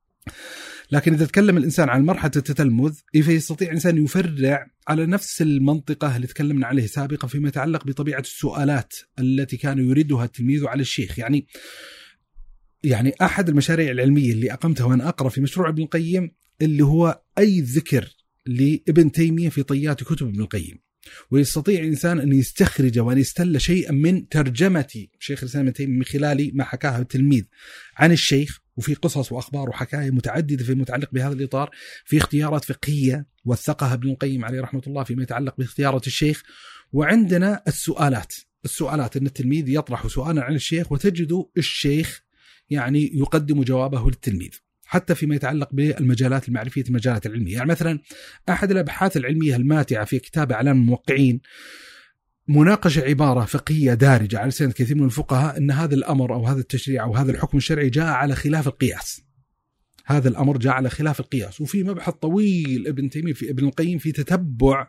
لكن إذا تكلم الإنسان عن مرحلة التتلمذ فيستطيع الإنسان يفرع على نفس المنطقة اللي تكلمنا عليه سابقا فيما يتعلق بطبيعة السؤالات التي كان يريدها التلميذ على الشيخ. يعني أحد المشاريع العلمية اللي أقمتها وأنا أقرأ في مشروع ابن القيم اللي هو أي ذكر لابن تيمية في طيات كتب ابن القيم. ويستطيع الإنسان أن يستخرج وأن يستل شيئا من ترجمة شيخ الإسلام ابن تيمية من خلال ما حكاه التلميذ عن الشيخ، وفي قصص وأخبار وحكاية متعددة في متعلق بهذا الإطار، في اختيارات فقهية وثقها ابن القيم عليه رحمة الله فيما يتعلق باختيارات الشيخ. وعندنا السؤالات أن التلميذ يطرح سؤالا عن الشيخ وتجد الشيخ يعني يقدم جوابه للتلميذ، حتى فيما يتعلق بالمجالات المعرفية المجالات العلمية. يعني مثلا أحد الأبحاث العلمية الماتعة في كتاب أعلام الموقعين مناقشة عبارة فقهية دارجة على لسان كثير من الفقهاء أن هذا الأمر أو هذا التشريع أو هذا الحكم الشرعي جاء على خلاف القياس. هذا الأمر جاء على خلاف القياس. وفي مبحث طويل ابن تيمية في ابن القيم في تتبع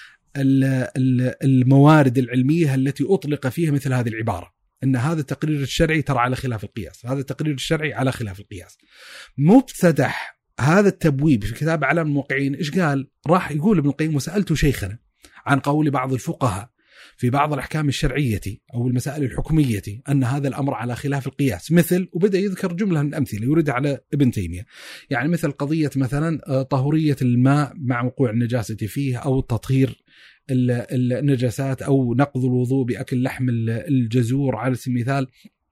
الموارد العلمية التي أطلق فيها مثل هذه العبارة، أن هذا التقرير الشرعي ترى على خلاف القياس، هذا التقرير الشرعي على خلاف القياس. مبتدح هذا التبويب في كتاب أعلام الموقعين إيش قال؟ راح يقول ابن القيم: وسألت شيخنا عن قول بعض الفقهاء في بعض الأحكام الشرعية أو المسائل الحكمية أن هذا الأمر على خلاف القياس، مثل، وبدأ يذكر جملة من أمثلة يريد على ابن تيمية، يعني مثل قضية مثلا طهورية الماء مع وقوع النجاسة فيه، أو تطهير النجاسات، أو نقض الوضوء بأكل لحم الجزور على سبيل المثال،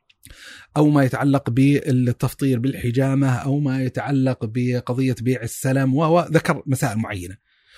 أو ما يتعلق بالتفطير بالحجامة، أو ما يتعلق بقضية بيع السلم، وذكر مسائل معينة.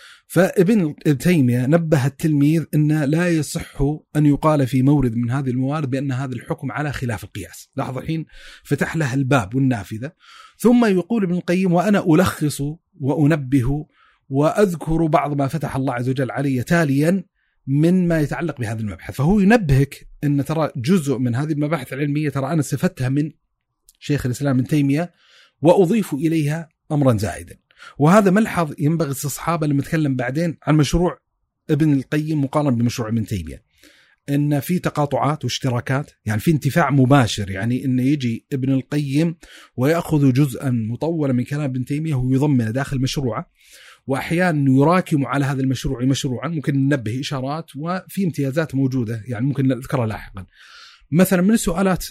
فابن تيمية نبه التلميذ أن لا يصح أن يقال في مورد من هذه الموارد بأن هذا الحكم على خلاف القياس. لاحظ الحين فتح له الباب والنافذة. ثم يقول ابن القيم: وأنا ألخص وأنبه وأذكر بعض ما فتح الله عز وجل علي تاليا من ما يتعلق بهذا المبحث. فهو ينبهك أن ترى جزء من هذه المباحث العلمية ترى أنا استفدتها من شيخ الإسلام ابن تيمية وأضيف إليها أمرا زائدا. وهذا ملحظ ينبغي استصحابه لما نتكلم بعدين عن مشروع ابن القيم مقارنة بمشروع ابن تيمية، إن في تقاطعات واشتراكات، يعني في انتفاع مباشر، يعني إن يجي ابن القيم ويأخذ جزءا مطولا من كلام ابن تيمية ويضمنه داخل مشروعه، وأحيانا يراكم على هذا المشروع مشروعا، ممكن ننبه إشارات وفي امتيازات موجودة يعني ممكن نذكرها لاحقا. مثلا من السؤالات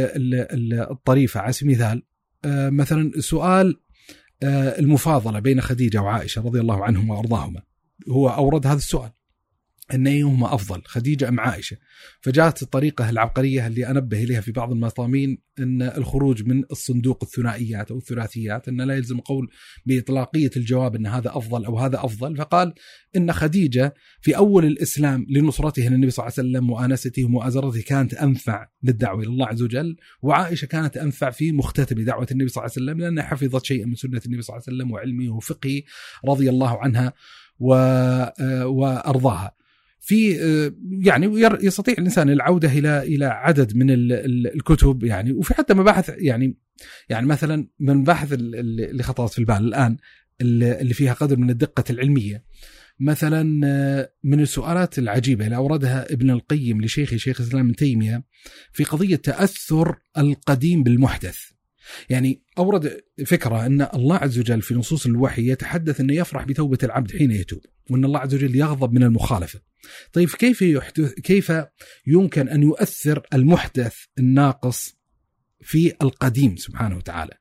الطريفة على سبيل المثال مثلا سؤال المفاضلة بين خديجة وعائشة رضي الله عنهما وأرضاهما، هو أورد هذا السؤال أن أيهما أفضل، خديجة أم عائشة؟ فجاءت الطريقة العبقرية اللي أنبه إليها في بعض المضامين أن الخروج من الصندوق الثنائيات أو الثلاثيات، أن لا يلزم قول بإطلاقية الجواب أن هذا أفضل أو هذا أفضل. فقال إن خديجة في أول الإسلام لنصرته للنبي صلى الله عليه وسلم وآنسته ومؤازرته كانت أنفع للدعوة إلى الله عز وجل، وعائشة كانت أنفع في مختتم دعوة النبي صلى الله عليه وسلم لأنها حفظت شيئا من سنة النبي صلى الله عليه وسلم وعلمه وفقهه رضي الله عنها وأرضاها. في يعني يستطيع الإنسان العودة إلى عدد من الكتب يعني، وفي حتى مباحث يعني مثلا من بحث اللي خطرت في البال الآن اللي فيها قدر من الدقة العلمية، مثلا من السؤالات العجيبة اللي أوردها ابن القيم لشيخ الإسلام ابن تيمية في قضية تأثر القديم بالمحدث. يعني أورد فكرة أن الله عز وجل في نصوص الوحي يتحدث أنه يفرح بتوبة العبد حين يتوب، وأن الله عز وجل يغضب من المخالفة. طيب كيف يمكن أن يؤثر المحدث الناقص في القديم سبحانه وتعالى؟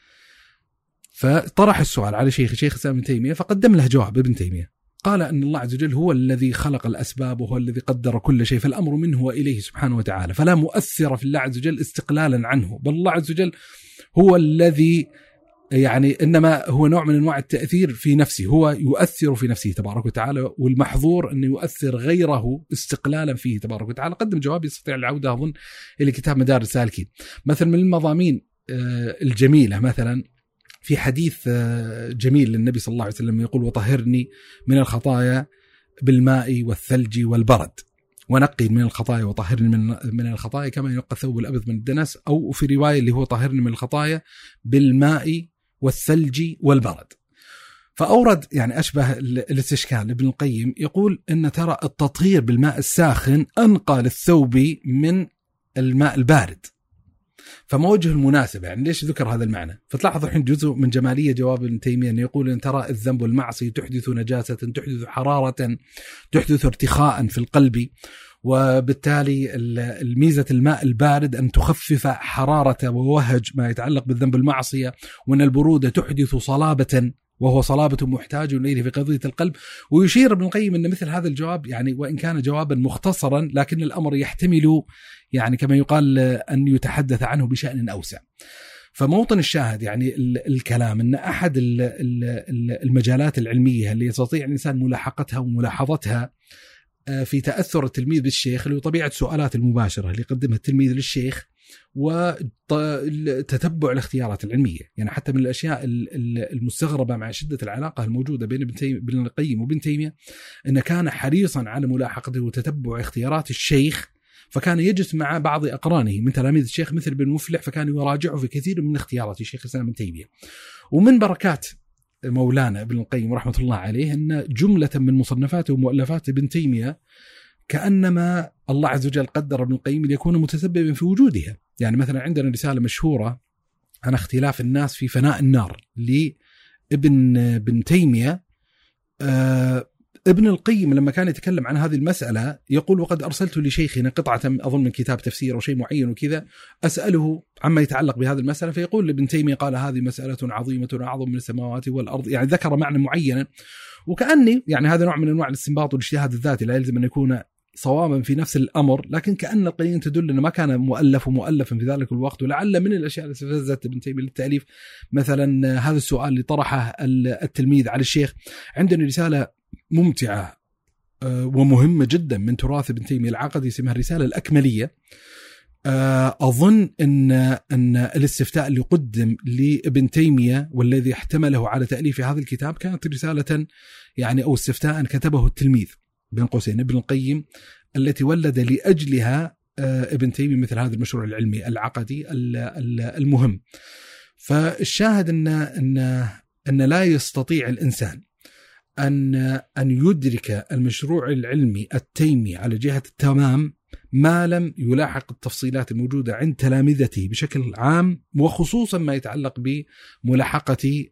فطرح السؤال على شيخ الإسلام ابن تيمية فقدم له جواب ابن تيمية، قال أن الله عز وجل هو الذي خلق الأسباب وهو الذي قدر كل شيء، فالأمر منه وإليه سبحانه وتعالى، فلا مؤثر في الله عز وجل استقلالا عنه، بل الله عز وجل هو الذي يعني إنما هو نوع من أنواع التأثير في نفسه، هو يؤثر في نفسه تبارك وتعالى، والمحظور أنه يؤثر غيره استقلالا فيه تبارك وتعالى. قدم جواب يستطيع العودة أظن إلى كتاب مدارج السالكين. مثلا من المضامين الجميلة مثلا في حديث جميل للنبي صلى الله عليه وسلم يقول: وطهرني من الخطايا بالماء والثلج والبرد، ونقي من الخطايا وطهرني من الخطايا كما ينقى الثوب الأبيض من الدنس، أو في رواية اللي هو طهرني من الخطايا بالماء والثلج والبرد. فأورد يعني أشبه الاستشكال ابن القيم، يقول إن ترى التطهير بالماء الساخن أنقى للثوب من الماء البارد، فما وجه المناسبة؟ يعني ليش ذكر هذا المعنى؟ فتلاحظ الحين جزء من جمالية جواب ابن تيمية أن يقول إن ترى الذنب والمعصية تحدث نجاسة، تحدث حرارة، تحدث ارتخاء في القلب، وبالتالي الميزة الماء البارد أن تخفف حرارة ووهج ما يتعلق بالذنب والمعصية، وأن البرودة تحدث صلابة وهو صلابة محتاج إليه في قضية القلب. ويشير ابن القيم أن مثل هذا الجواب يعني وإن كان جوابا مختصرا لكن الأمر يحتمل يعني كما يقال أن يتحدث عنه بشأن أوسع. فموطن الشاهد يعني الكلام أن أحد المجالات العلمية اللي يستطيع الإنسان ملاحقتها وملاحظتها في تأثر التلميذ بالشيخ اللي هو طبيعة السؤالات المباشرة اللي يقدمها التلميذ للشيخ وتتبع الاختيارات العلمية. يعني حتى من الأشياء المستغربة مع شدة العلاقة الموجودة بين ابن القيم وابن تيمية أنه كان حريصا على ملاحقته وتتبع اختيارات الشيخ، فكان يجلس مع بعض أقرانه من تلاميذ الشيخ مثل بن مفلح فكان يراجعه في كثير من اختيارات الشيخ الإسلام ابن تيمية. ومن بركات مولانا ابن القيم رحمة الله عليه أن جملة من مصنفاته ومؤلفات ابن تيمية كأنما الله عز وجل قدر ابن القيم ليكون متسببا في وجودها. يعني مثلا عندنا رسالة مشهورة عن اختلاف الناس في فناء النار لابن تيمية. ابن القيم لما كان يتكلم عن هذه المسألة يقول وقد أرسلت لشيخنا قطعة أظن من كتاب تفسير أو شيء معين وكذا أسأله عما يتعلق بهذه المسألة، فيقول لابن تيمية قال هذه مسألة عظيمة أعظم من السماوات والأرض، يعني ذكر معنى معينا. وكأني يعني هذا نوع من أنواع الاستنباط والاجتهاد الذاتي لا يلزم أن يكون صوابا في نفس الأمر، لكن كأن القرينة تدل أنه ما كان مؤلفا في ذلك الوقت. ولعل من الأشياء التي استفزت ابن تيمية للتأليف مثلا هذا السؤال اللي طرحه التلميذ على الشيخ. عندنا رسالة ممتعة ومهمة جدا من تراث ابن تيمية العقدي اسمها الرسالة الأكملية. أظن أن الاستفتاء اللي قدم لابن تيمية والذي احتمله على تأليف هذا الكتاب كانت رسالة يعني أو استفتاء كتبه التلميذ بين قوسين ابن القيم التي ولد لأجلها ابن تيمية مثل هذا المشروع العلمي العقدي المهم. فالشاهد أن لا يستطيع الإنسان أن يدرك المشروع العلمي التيمي على جهة التمام ما لم يلاحق التفصيلات الموجودة عند تلامذته بشكل عام، وخصوصا ما يتعلق بملاحقة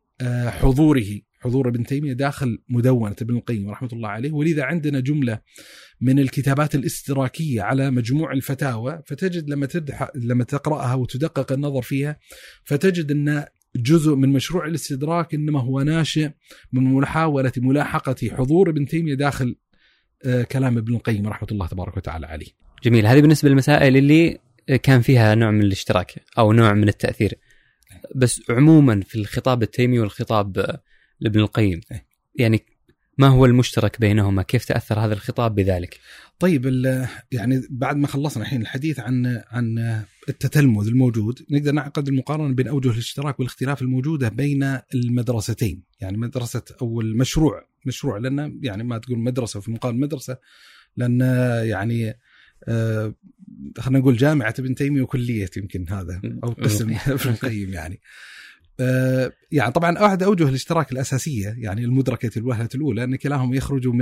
حضور ابن تيمية داخل مدونة ابن القيم رحمة الله عليه. ولذا عندنا جملة من الكتابات الاستدراكية على مجموع الفتاوى، فتجد لما تقرأها وتدقق النظر فيها فتجد أن جزء من مشروع الاستدراك إنما هو ناشئ من محاولة ملاحقة حضور ابن تيمية داخل كلام ابن القيم رحمة الله تبارك وتعالى عليه. جميل. هذه بالنسبة للمسائل اللي كان فيها نوع من الاشتراك أو نوع من التأثير. بس عموما في الخطاب التيمي والخطاب لابن القيم يعني ما هو المشترك بينهما؟ كيف تأثر هذا الخطاب بذلك؟ طيب يعني بعد ما خلصنا الحين الحديث عن التتلمذ الموجود نقدر نعقد المقارنة بين أوجه الاشتراك والاختلاف الموجودة بين المدرستين. يعني مدرسة أو مشروع لأن يعني ما تقول مدرسة في مقابل مدرسة، لأن يعني خلينا نقول جامعة ابن تيمية وكلية يمكن هذا أو قسم ابن القيم يعني طبعا أحد أوجه الاشتراك الأساسية يعني المدركة الوهلة الأولى أن كلاهم يخرجوا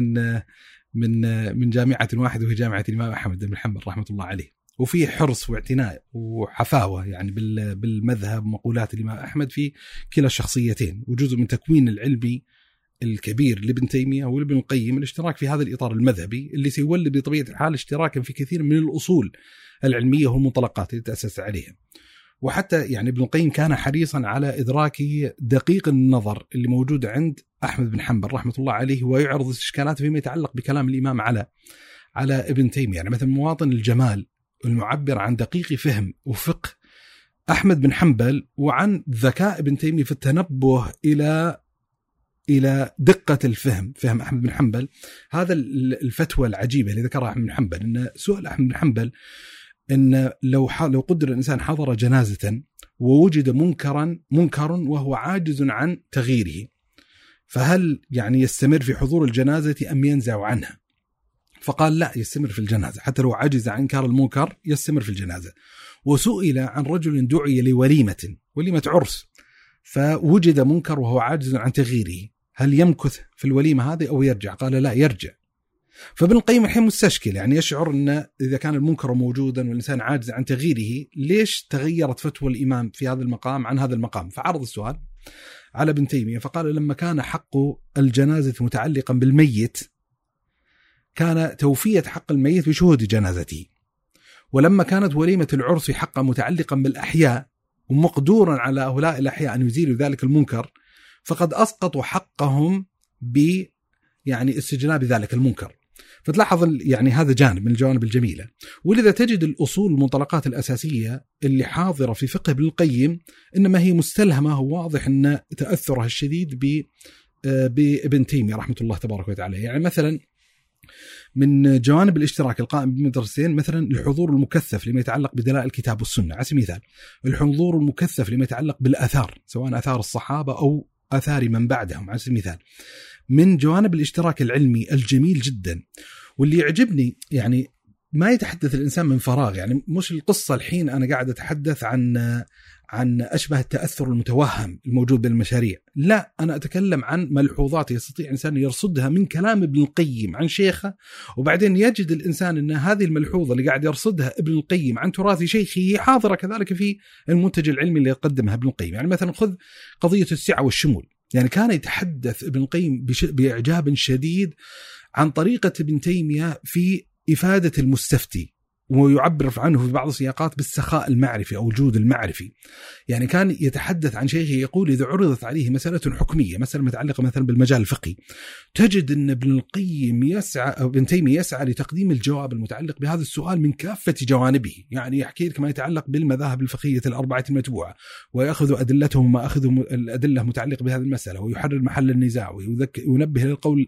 من جامعة واحدة وهي جامعة الإمام أحمد بن حنبل رحمة الله عليه، وفي حرص واعتناء وحفاوة يعني بالمذهب مقولات الإمام أحمد في كلا الشخصيتين، وجزء من تكوين العلمي الكبير لابن تيمية وابن القيم الاشتراك في هذا الإطار المذهبي اللي سيولد بطبيعة الحال اشتراكا في كثير من الأصول العلمية والمنطلقات اللي تأسس عليها. وحتى يعني ابن القيم كان حريصا على إدراك دقيق النظر اللي موجود عند أحمد بن حنبل رحمة الله عليه، ويعرض الإشكالات فيما يتعلق بكلام الإمام على ابن تيمية. يعني مثل مواطن الجمال المعبر عن دقيق فهم وفقه أحمد بن حنبل، وعن ذكاء ابن تيمية في التنبه إلى دقة الفهم أحمد بن حنبل. هذا الفتوى العجيبة اللي ذكرها أحمد بن حنبل، إن سؤال أحمد بن حنبل إن لو قدر الإنسان حضر جنازة ووجد منكر وهو عاجز عن تغييره، فهل يعني يستمر في حضور الجنازة أم ينزع عنها؟ فقال لا، يستمر في الجنازة حتى لو عجز عن إنكار المنكر يستمر في الجنازة. وسئل عن رجل دعي لوليمة عرس فوجد منكر وهو عاجز عن تغييره، هل يمكث في الوليمة هذه أو يرجع؟ قال لا، يرجع. فابن القيم الحين مستشكل، يعني يشعر أن إذا كان المنكر موجودا والإنسان عاجز عن تغييره ليش تغيرت فتوى الإمام في هذا المقام عن هذا المقام؟ فعرض السؤال على ابن تيمية فقال لما كان حق الجنازة متعلقا بالميت كان توفية حق الميت بشهود جنازته، ولما كانت وليمة العرس حقا متعلقا بالأحياء ومقدورا على هؤلاء الأحياء أن يزيلوا ذلك المنكر فقد أسقطوا حقهم يعني استجناب ذلك المنكر. فتلاحظ يعني هذا جانب من الجوانب الجميلة. ولذا تجد الأصول المنطلقات الأساسية اللي حاضرة في فقه ابن القيم إنما هي مستلهمة، هو واضح أن تأثرها الشديد بابن تيمية رحمة الله تبارك وتعالى. يعني مثلا من جوانب الاشتراك القائم بمدرستين مثلا الحضور المكثف لما يتعلق بدلائل الكتاب والسنة على سبيل المثال، الحضور المكثف لما يتعلق بالآثار سواء آثار الصحابة أو آثار من بعدهم على سبيل المثال. من جوانب الاشتراك العلمي الجميل جدا واللي يعجبني يعني ما يتحدث الإنسان من فراغ. يعني مش القصة الحين أنا قاعد أتحدث عن أشبه التأثر المتوهم الموجود بالمشاريع، لا، أنا أتكلم عن ملحوظات يستطيع الإنسان يرصدها من كلام ابن القيم عن شيخه، وبعدين يجد الإنسان أن هذه الملحوظة اللي قاعد يرصدها ابن القيم عن تراث شيخه حاضرة كذلك في المنتج العلمي اللي يقدمها ابن القيم. يعني مثلا خذ قضية السعة والشمول، يعني كان يتحدث ابن القيم بإعجاب شديد عن طريقة ابن تيمية في إفادة المستفتي، ويعبر عنه في بعض السياقات بالسخاء المعرفي أو الجود المعرفي. يعني كان يتحدث عن شيخه يقول إذا عرضت عليه مسألة حكمية، مسألة متعلقة مثلا بالمجال الفقهي، تجد أن ابن القيم يسعى أو ابن تيمية يسعى لتقديم الجواب المتعلق بهذا السؤال من كافة جوانبه. يعني يحكي لك ما يتعلق بالمذاهب الفقهية الأربعة المتبوعة، ويأخذ أدلتهم ما أخذوا الأدلة متعلقة بهذه المسألة، ويحرر محل النزاع، وينبه للقول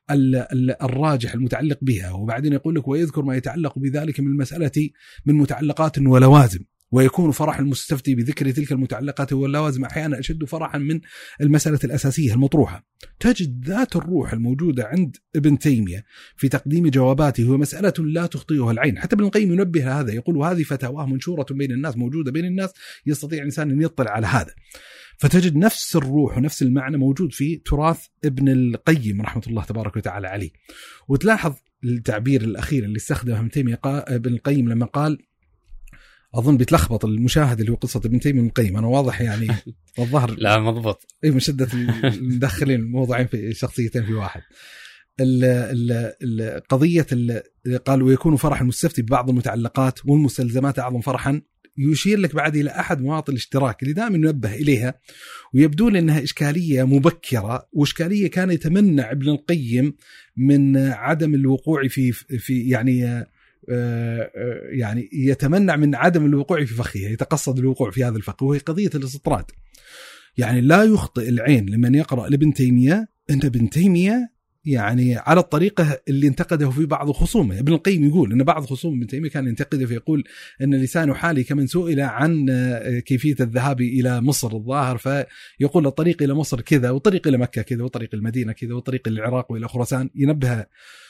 الراجح المتعلق بها، وبعدين يقول لك ويذكر ما يتعلق بذلك من المسألة من متعلقات ولوازم، ويكون فرح المستفتي بذكر تلك المتعلقات واللوازم أحيانا أشد فرحا من المسألة الأساسية المطروحة. تجد ذات الروح الموجودة عند ابن تيمية في تقديم جواباته هو مسألة لا تخطئها العين. حتى ابن القيم ينبه هذا، يقول وهذه فتاواه منشورة بين الناس، موجودة بين الناس، يستطيع الإنسان أن يطلع على هذا. فتجد نفس الروح ونفس المعنى موجود في تراث ابن القيم رحمة الله تبارك وتعالى عليه. وتلاحظ التعبير الأخير اللي استخدمه ابن تيمية ابن القيم لما قال، أظن بيتلخبط المشاهد اللي هو قصة ابن تيمية ابن القيم، أنا واضح يعني الظهر لا مضبط، إيه من شدة المدخلين الموضوعين في شخصيتين في واحد. القضية قال ويكون فرح المستفتي ببعض المتعلقات والمستلزمات أعظم فرحا، يشير لك بعد إلى أحد مواطن الاشتراك اللي دائما ينبه إليها، ويبدو لأنها إشكالية مبكرة، وإشكالية كان يتمنع ابن القيم من عدم الوقوع في يعني يتمنع من عدم الوقوع في فخه، يتقصد الوقوع في هذا الفخ، وهي قضية الاستطراد. يعني لا يخطئ العين لمن يقرأ لابن تيمية أن ابن تيمية يعني على الطريقة اللي انتقده في بعض خصومه. ابن القيم يقول أن بعض خصوم ابن تيمية كان ينتقده، فيقول أن لسانه حالي كمن سئل عن كيفية الذهاب إلى مصر الظاهر، فيقول الطريق إلى مصر كذا، والطريق إلى مكة كذا، والطريق المدينة كذا، والطريق إلى العراق وإلى خراسان، ينبه.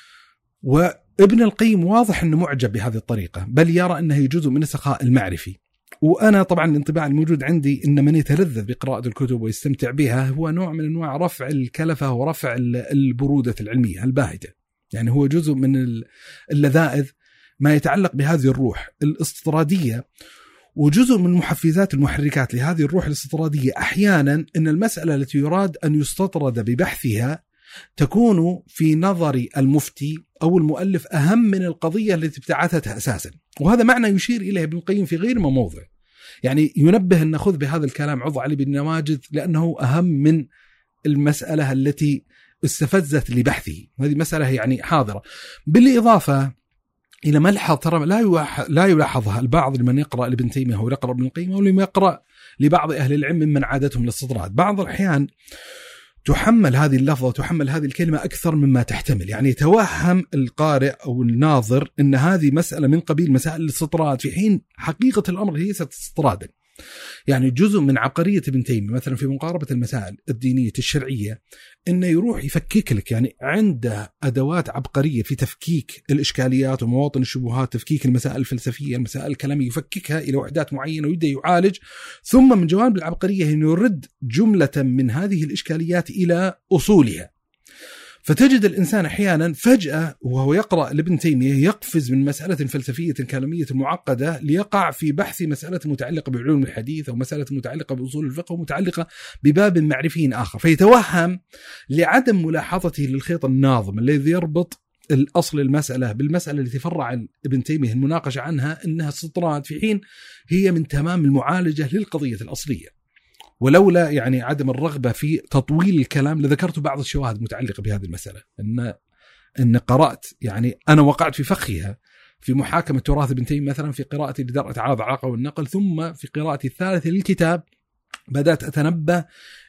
وابن القيم واضح أنه معجب بهذه الطريقة، بل يرى أنها جزء من السخاء المعرفي. وأنا طبعا الانطباع الموجود عندي أن من يتلذذ بقراءة الكتب ويستمتع بها هو نوع من أنواع رفع الكلفة ورفع البرودة العلمية الباهتة. يعني هو جزء من اللذائذ ما يتعلق بهذه الروح الاستطرادية، وجزء من محفزات المحركات لهذه الروح الاستطرادية أحيانا أن المسألة التي يراد أن يستطرد ببحثها تكون في نظر المفتي أو المؤلف أهم من القضية التي ابتعثتها أساسا. وهذا معنى يشير إليه ابن القيم في غير ما موضع. يعني ينبه أن نأخذ بهذا الكلام عض علي بن نواجذ لأنه أهم من المسألة التي استفزت لبحثه. هذه مسألة يعني حاضرة، بالإضافة إلى ملحظ ترى لا يلاحظها البعض لمن يقرأ لابن تيمية أو يقرأ ابن القيم، أو لمن يقرأ لبعض أهل العلم ممن عادتهم للاستطراد. بعض الأحيان تحمل هذه اللفظة وتحمل هذه الكلمة أكثر مما تحتمل. يعني يتوهم القارئ أو الناظر أن هذه مسألة من قبيل مسائل الاستطراد، في حين حقيقة الأمر هي ليست استطرادا. يعني جزء من عبقرية ابن تيمية مثلا في مقاربة المسائل الدينية الشرعية أنه يروح يفكك لك، يعني عنده أدوات عبقرية في تفكيك الإشكاليات ومواطن الشبهات، تفكيك المسائل الفلسفية، المسائل الكلامية، يفككها إلى وحدات معينة ويبدأ يعالج. ثم من جوانب العبقرية أنه يرد جملة من هذه الإشكاليات إلى أصولها. فتجد الإنسان أحيانا فجأة وهو يقرأ لابن تيمية يقفز من مسألة فلسفية كلامية معقدة ليقع في بحث مسألة متعلقة بعلوم الحديث، أو مسألة متعلقة بأصول الفقه، ومتعلقة بباب معرفي آخر، فيتوهم لعدم ملاحظته للخيط الناظم الذي يربط الأصل المسألة بالمسألة التي فرع ابن تيمية المناقشة عنها أنها استطراد، في حين هي من تمام المعالجة للقضية الأصلية. ولولا يعني عدم الرغبة في تطويل الكلام لذكرت بعض الشواهد المتعلقة بهذه المسألة. إن قرأت يعني أنا وقعت في فخها في محاكمة تراث ابن تيمية مثلا في قراءتي لدرء تعارض العقل والنقل، ثم في قراءتي الثالثة للكتاب بدأت أتنبه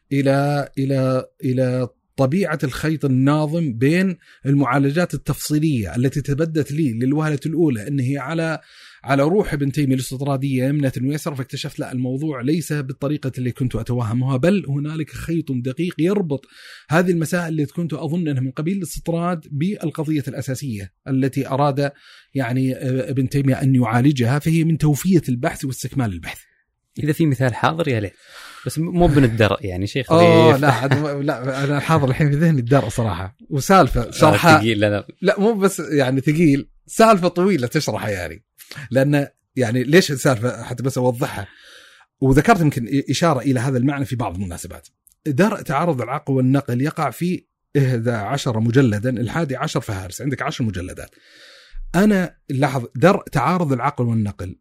إلى طبيعة الخيط الناظم بين المعالجات التفصيلية التي تبدت لي للوهلة الأولى أن هي على روح ابن تيمية الاستطرادية يمنة ويسر، فاكتشفت لا، الموضوع ليس بالطريقة اللي كنت أتوهمها، بل هنالك خيط دقيق يربط هذه المسائل التي كنت أظن أنها من قبيل الاستطراد بالقضية الأساسية التي أراد يعني ابن تيمية أن يعالجها، فهي من توفية البحث واستكمال البحث. إذا في مثال حاضر يا ليت، بس مو بندرء يعني شيخ. لا أنا حاضر الحين في ذهني الدرء صراحة، وسالفة شرحها ثقيل. لا مو بس يعني ثقيل، سالفة طويلة تشرحها يعني، لأن يعني ليش السالفة حتى بس أوضحها، وذكرت يمكن إشارة إلى هذا المعنى في بعض المناسبات. درء تعارض العقل والنقل يقع في 11 مجلدا، 11 فهارس، عندك 10 مجلدات. أنا لاحظ درء تعارض العقل والنقل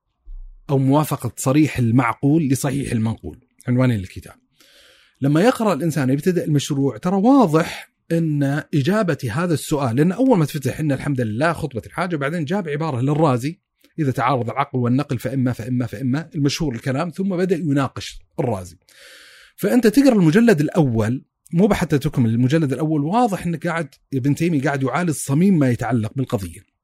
أو موافقة صريح المعقول لصحيح المنقول، عنوانين الكتاب. لما يقرأ الإنسان يبتدأ المشروع ترى واضح أن إجابة هذا السؤال، لأن أول ما تفتح إن الحمد لله خطبة الحاجة، وبعدين جاب عبارة للرازي إذا تعارض العقل والنقل فإما المشهور الكلام، ثم بدأ يناقش الرازي. فأنت تقرأ المجلد الأول، مو بحتى تكمل المجلد الأول، واضح أنك قاعد ابن تيمية قاعد يعالج صميم ما يتعلق بالقضية.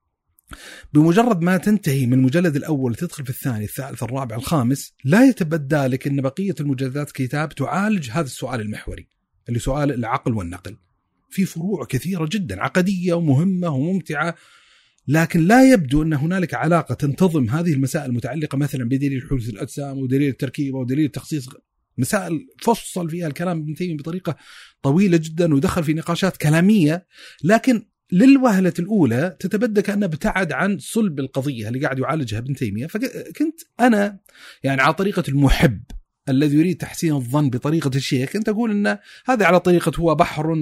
بمجرد ما تنتهي من المجلد الأول تدخل في الثاني الثالث الرابع الخامس، لا يتبدى لك أن بقية المجلدات كتاب تعالج هذا السؤال المحوري اللي سؤال العقل والنقل. في فروع كثيرة جدا عقدية ومهمة وممتعة، لكن لا يبدو أن هنالك علاقة تنتظم هذه المسائل المتعلقة مثلا بدليل حدوث الأجسام ودليل التركيب ودليل التخصيص، مسائل فصل فيها الكلام ابن تيمية بطريقة طويلة جدا ودخل في نقاشات كلامية، لكن للوهلة الأولى تتبدى كأنه ابتعد عن صلب القضية اللي قاعد يعالجها ابن تيمية. فكنت أنا يعني على طريقة المحب الذي يريد تحسين الظن بطريقة الشيخ، كنت أقول إن هذا على طريقة هو بحر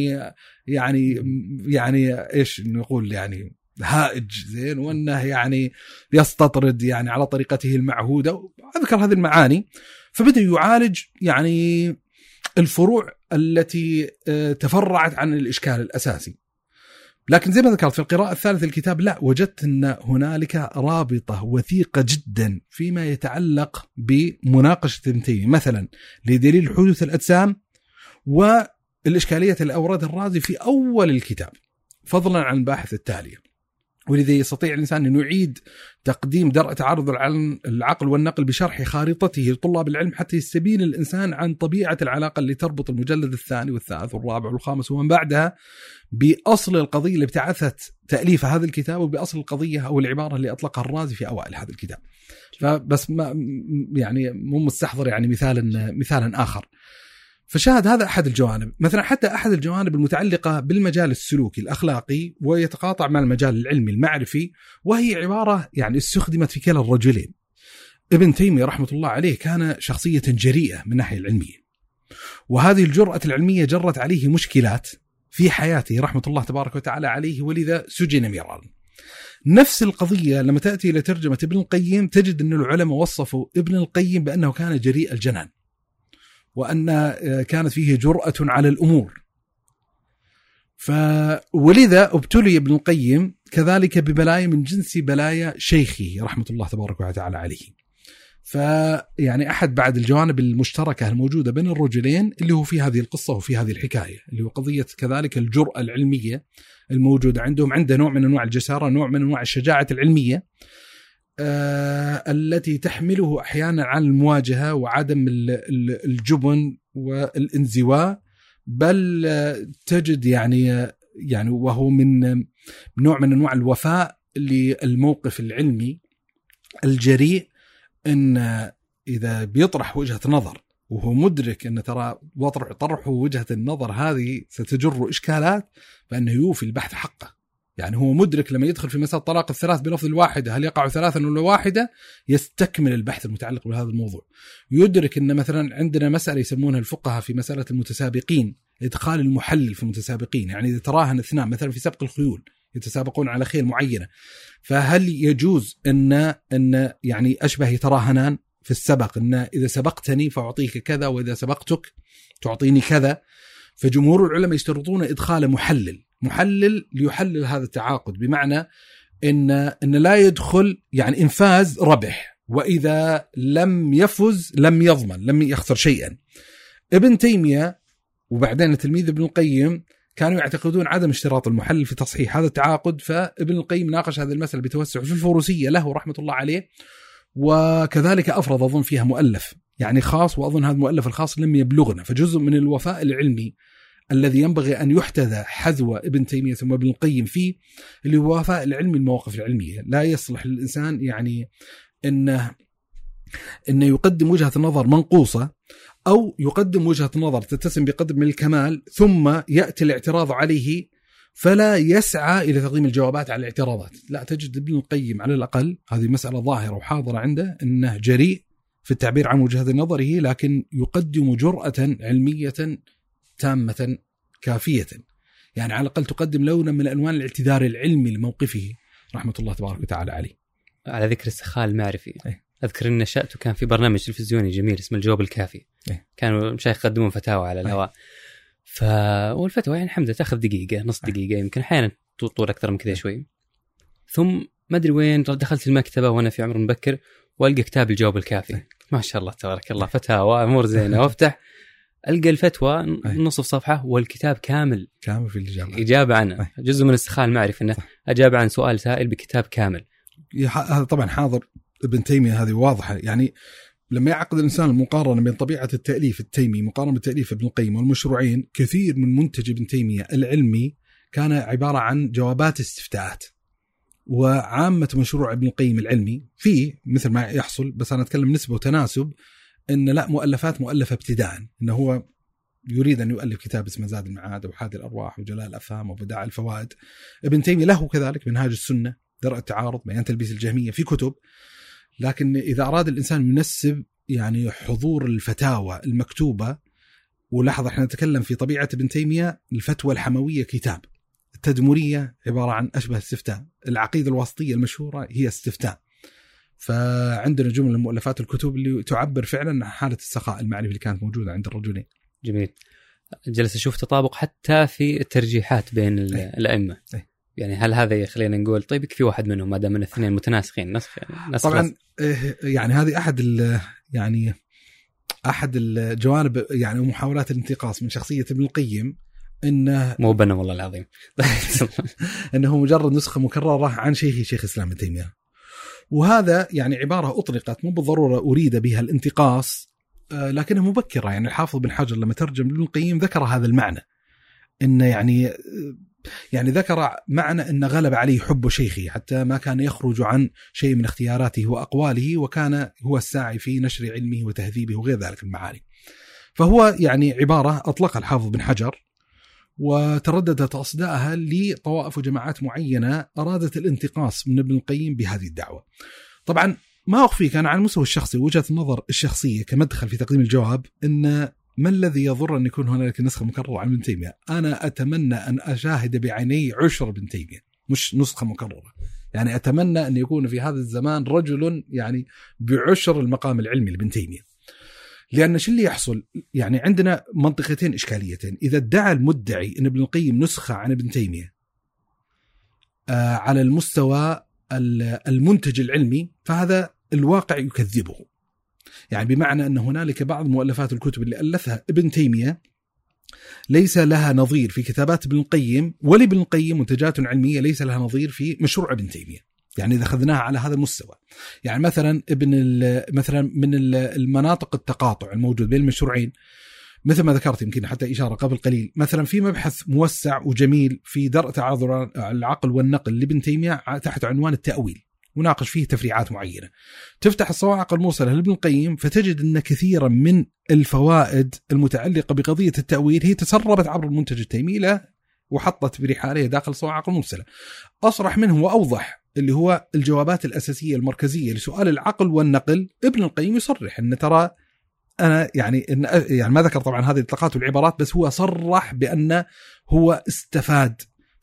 يعني إيش نقول يعني هائج زين، وأنه يعني يستطرد يعني على طريقته المعهودة، أذكر هذه المعاني. فبدأ يعالج يعني الفروع التي تفرعت عن الإشكال الأساسي. لكن زي ما ذكرت في القراءة الثالثة الكتاب لا، وجدت أن هنالك رابطة وثيقة جدا فيما يتعلق بمناقشة ابن تيمية مثلا لدليل حدوث الأجسام والإشكالية اللي أورد الرازي في أول الكتاب، فضلا عن الباحث التالية. ولذا يستطيع الإنسان أن يعيد تقديم درء تعارض العقل والنقل بشرح خارطته لطلاب العلم حتى يستبين الإنسان عن طبيعة العلاقة اللي تربط المجلد الثاني والثالث والرابع والخامس ومن بعدها بأصل القضية اللي ابتعثت تأليف هذا الكتاب، وبأصل القضية أو العبارة اللي أطلقها الرازي في أوائل هذا الكتاب. فبس ما يعني مو مستحضر يعني مثالا آخر. فشاهد هذا أحد الجوانب، مثلا حتى أحد الجوانب المتعلقة بالمجال السلوكي الأخلاقي ويتقاطع مع المجال العلمي المعرفي، وهي عبارة يعني استخدمت في كلا الرجلين. ابن تيمية رحمة الله عليه كان شخصية جريئة من الناحية العلمية، وهذه الجرأة العلمية جرت عليه مشكلات في حياته رحمة الله تبارك وتعالى عليه، ولذا سجن مرارا. نفس القضية لما تأتي إلى ترجمة ابن القيم تجد أن العلماء وصفوا ابن القيم بأنه كان جريء الجنان، وأن كانت فيه جرأة على الأمور. ولذا ابتلي ابن القيم كذلك ببلايا من جنس بلايا شيخه رحمة الله تبارك وتعالى عليه. فيعني أحد بعد الجوانب المشتركة الموجودة بين الرجلين اللي هو في هذه القصة وفي هذه الحكاية، اللي هو قضية كذلك الجرأة العلمية الموجودة عندهم، عنده نوع من أنواع الجسارة، نوع من أنواع الشجاعة العلمية التي تحمله أحيانا عن المواجهة وعدم الجبن والانزواء، بل تجد يعني وهو من نوع من أنواع الوفاء للموقف العلمي الجريء، إن إذا بيطرح وجهة نظر وهو مدرك أن ترى طرح وجهة النظر هذه ستجر إشكالات، فإنه يوفي البحث حقه. يعني هو مدرك لما يدخل في مسألة طلاق الثلاث بلفظ الواحدة هل يقع ثلاثا ولا واحدة، يستكمل البحث المتعلق بهذا الموضوع. يدرك أن مثلا عندنا مسألة يسمونها الفقهاء في مسألة المتسابقين، إدخال المحلل في المتسابقين، يعني إذا تراهن اثنان مثلا في سبق الخيول يتسابقون على خيل معينة، فهل يجوز أن يعني أشبه يتراهنان في السبق، إن إذا سبقتني فأعطيك كذا، وإذا سبقتك تعطيني كذا. فجمهور العلماء يشترطون إدخال محلل ليحلل هذا التعاقد، بمعنى إن لا يدخل يعني إن فاز ربح، وإذا لم يفز لم يضمن، لم يخسر شيئا. ابن تيمية وبعدين تلميذ ابن القيم كانوا يعتقدون عدم اشتراط المحلل في تصحيح هذا التعاقد، فابن القيم ناقش هذه المسألة بتوسع في الفروسية له رحمة الله عليه، وكذلك أفرض أظن فيها مؤلف يعني خاص، وأظن هذا المؤلف الخاص لم يبلغنا. فجزء من الوفاء العلمي الذي ينبغي أن يحتذى حذو ابن تيمية ثم ابن القيم فيه، اللي هو وفاء العلمي المواقف العلمية. لا يصلح للإنسان يعني إنه يقدم وجهة نظر منقوصة، أو يقدم وجهة نظر تتسم بقدر من الكمال ثم يأتي الاعتراض عليه فلا يسعى إلى تقديم الجوابات على الاعتراضات. لا، تجد ابن القيم على الأقل هذه مسألة ظاهرة وحاضرة عنده، أنه جريء في التعبير عن وجهة نظره، لكن يقدم جرأة علمية تامة كافية، يعني على الأقل تقدم لونا من ألوان الاعتذار العلمي لموقفه رحمة الله تبارك وتعالى عليه. على ذكر السخاء المعرفي، أذكر أن نشأته كان في برنامج تلفزيوني جميل اسمه الجواب الكافي، كانوا مشايخ يقدمون فتاوى على الهواء، والفتوى يعني الحمد لله تأخذ دقيقة نص دقيقة، يمكن أحيانا طول أكثر من كذا شوي. ثم ما أدري وين دخلت المكتبة وأنا في عمر مبكر وألقى كتاب الجواب الكافي، ما شاء الله تبارك الله، فتاوى أمور زينة، وافتح ألقى الفتوى نصف صفحة والكتاب كامل في الإجابة، إجابة عنه. جزء من السخاء المعرفة أنه أجاب عن سؤال سائل بكتاب كامل. هذا طبعا حاضر ابن تيمية، هذه واضحة. يعني لما يعقد الإنسان المقارنة بين طبيعة التأليف التيمي مقارنة بالتأليف ابن القيم والمشروعين، كثير من منتج ابن تيمية العلمي كان عبارة عن جوابات استفتاءات، وعامة مشروع ابن القيم العلمي فيه مثل ما يحصل، بس أنا أتكلم نسبة وتناسب، إن لا مؤلفات مؤلفة ابتداء، إنه هو يريد أن يؤلف كتاب اسمه زاد المعاد وحادي الأرواح وجلاء الأفهام وبداع الفوائد. ابن تيمية له كذلك منهاج السنة، درء التعارض، بيان تلبيس الجهمية، في كتب. لكن إذا أراد الإنسان ينسب يعني حضور الفتاوى المكتوبة، ولاحظ احنا نتكلم في طبيعة ابن تيمية، الفتوى الحموية كتاب، التدمرية عبارة عن أشبه استفتاء، العقيدة الواسطية المشهورة هي استفتاء. فعندنا جملة من مؤلفات الكتب اللي تعبر فعلا عن حالة السخاء المعرفي اللي كانت موجودة عند الرجلين. جميل. جلس أشوف تطابق حتى في الترجيحات بين الأئمة. يعني هل هذا يخلينا نقول طيب يكفي واحد منهم ما دام الاثنين متناسخين نسخ طبعا يعني هذه أحد الجوانب يعني محاولات الانتقاص من شخصية ابن القيم، إنه مو بنا والله العظيم إنه مجرد نسخة مكررة عن شيخ الإسلام ابن تيمية. وهذا يعني عبارة أطلقت مو بالضرورة أريد بها الانتقاص، لكنها مبكرة. يعني الحافظ بن حجر لما ترجم ابن القيم ذكر هذا المعنى، إنه يعني ذكر معنى أن غلب عليه حب شيخه حتى ما كان يخرج عن شيء من اختياراته وأقواله، وكان هو الساعي في نشر علمه وتهذيبه وغير ذلك المعاني. فهو يعني عبارة أطلق الحافظ بن حجر، وترددت أصداءها لطوائف وجماعات معينة أرادت الانتقاص من ابن القيم بهذه الدعوة. طبعا ما أخفي كان على المستوى الشخصي وجهة النظر الشخصية كمدخل في تقديم الجواب، إن ما الذي يضر أن يكون هناك نسخة مكررة عن ابن تيمية؟ أنا أتمنى أن أشاهد بعيني عشر ابن تيمية مش نسخة مكررة. يعني أتمنى أن يكون في هذا الزمان رجل يعني بعشر المقام العلمي لابن تيمية. لأن شو اللي يحصل؟ يعني عندنا منطقتين إشكاليتين. إذا ادعى المدعي أن ابن القيم نسخة عن ابن تيمية على المستوى المنتج العلمي، فهذا الواقع يكذبه. يعني بمعنى أن هنالك بعض مؤلفات الكتب اللي ألفها ابن تيمية ليس لها نظير في كتابات ابن القيم، ولابن القيم منتجات علمية ليس لها نظير في مشروع ابن تيمية. يعني إذا أخذناها على هذا المستوى، يعني مثلا من المناطق التقاطع الموجود بين المشروعين، مثل ما ذكرت يمكن حتى إشارة قبل قليل، مثلا في مبحث موسع وجميل في درء تعارض العقل والنقل لابن تيمية تحت عنوان التأويل، وناقش فيه تفريعات معينة. تفتح الصواعق الموصلة لابن القيم فتجد أن كثيرا من الفوائد المتعلقة بقضية التأويل هي تسربت عبر المنتج التيمي له وحطت برحاله داخل الصواعق الموصلة. أصرح منه وأوضح اللي هو الجوابات الأساسية المركزية لسؤال العقل والنقل، ابن القيم يصرح أن ترى أنا يعني ما ذكر طبعا هذه الإطلاقات والعبارات، بس هو صرح بأن هو استفاد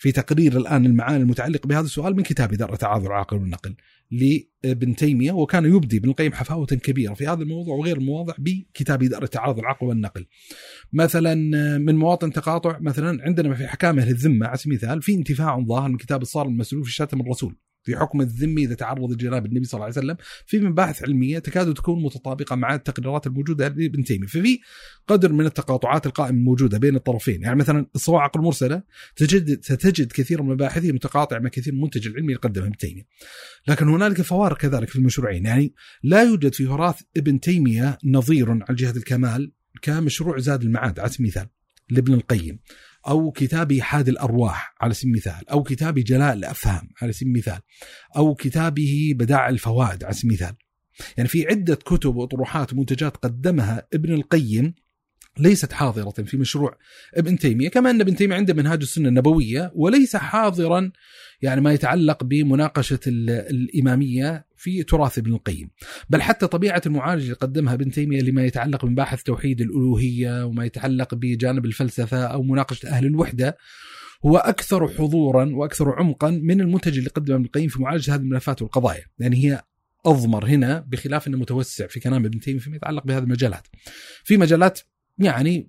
في تقرير الآن المعاني المتعلقة بهذا السؤال من كتاب درء تعارض العقل والنقل لابن تيمية، وكان يبدي ابن القيم حفاوة كبيرة في هذا الموضوع وغير المواضع بكتاب درء تعارض العقل والنقل. مثلا من مواطن تقاطع، مثلا عندنا في حكام أهل الذمة على سبيل المثال في انتفاع ظاهر من كتاب الصارم المسلول في شتم الرسول في حكم الذمي إذا تعرض جناب النبي صلى الله عليه وسلم، في مباحث علمية تكاد تكون متطابقة مع التقريرات الموجودة لابن تيمية. ففي قدر من التقاطعات القائمة الموجودة بين الطرفين. يعني مثلا الصواعق المرسلة ستجد كثير من مباحثه متقاطع مع كثير من المنتج العلمي يقدمه ابن تيمية، لكن هنالك فوارق كذلك في المشروعين. يعني لا يوجد في تراث ابن تيمية نظير على جهة الكمال كمشروع زاد المعاد على سبيل المثال لابن القيم، أو كتاب حاد الأرواح على سبيل المثال، أو كتاب جلاء الأفهام على سبيل المثال، أو كتابه بدائع الفوائد على سبيل المثال. يعني في عدة كتب وطروحات ومنتجات قدمها ابن القيم ليست حاضرة في مشروع ابن تيمية، كما أن ابن تيمية عنده منهاج السنة النبوية، وليس حاضرا يعني ما يتعلق بمناقشة الإمامية في تراث ابن القيم. بل حتى طبيعة المعالجة اللي قدمها ابن تيمية لما يتعلق من باحث توحيد الألوهية وما يتعلق بجانب الفلسفة أو مناقشة أهل الوحدة هو أكثر حضورا وأكثر عمقا من المنتج اللي قدمه ابن القيم في معالجة هذه الملفات والقضايا. يعني هي أضمر هنا، بخلاف أنه متوسع في كلام ابن تيمية فيما يتعلق بهذه المجالات. في مجالات يعني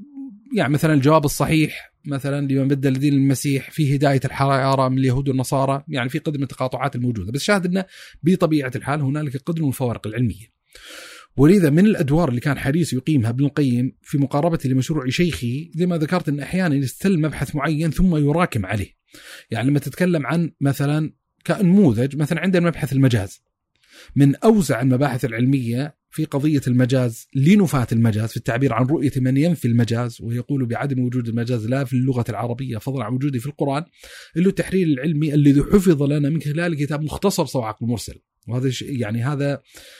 مثلا الجواب الصحيح مثلا لمن بدل دين المسيح، في هداية الحرارة من اليهود والنصارى، يعني في قدر من التقاطعات الموجودة. بس شاهد أنه بطبيعة الحال هنالك قدر من الفوارق العلمية. ولذا من الأدوار اللي كان حريص يقيمها ابن القيم في مقاربة لمشروع شيخي، زي ما ذكرت أن أحيانا يستلم مبحث معين ثم يراكم عليه. يعني لما تتكلم عن مثلا كنموذج، مثلا عندنا مبحث المجاز، من أوسع المباحث العلمية في قضية المجاز لنفاة المجاز في التعبير عن رؤية من ينفي المجاز ويقول بعدم وجود المجاز لا في اللغة العربية فضلا عن وجوده في القرآن، اللي التحرير العلمي الذي حفظ لنا من خلال كتاب مختصر صواعق المرسل. وهذا يعني هذا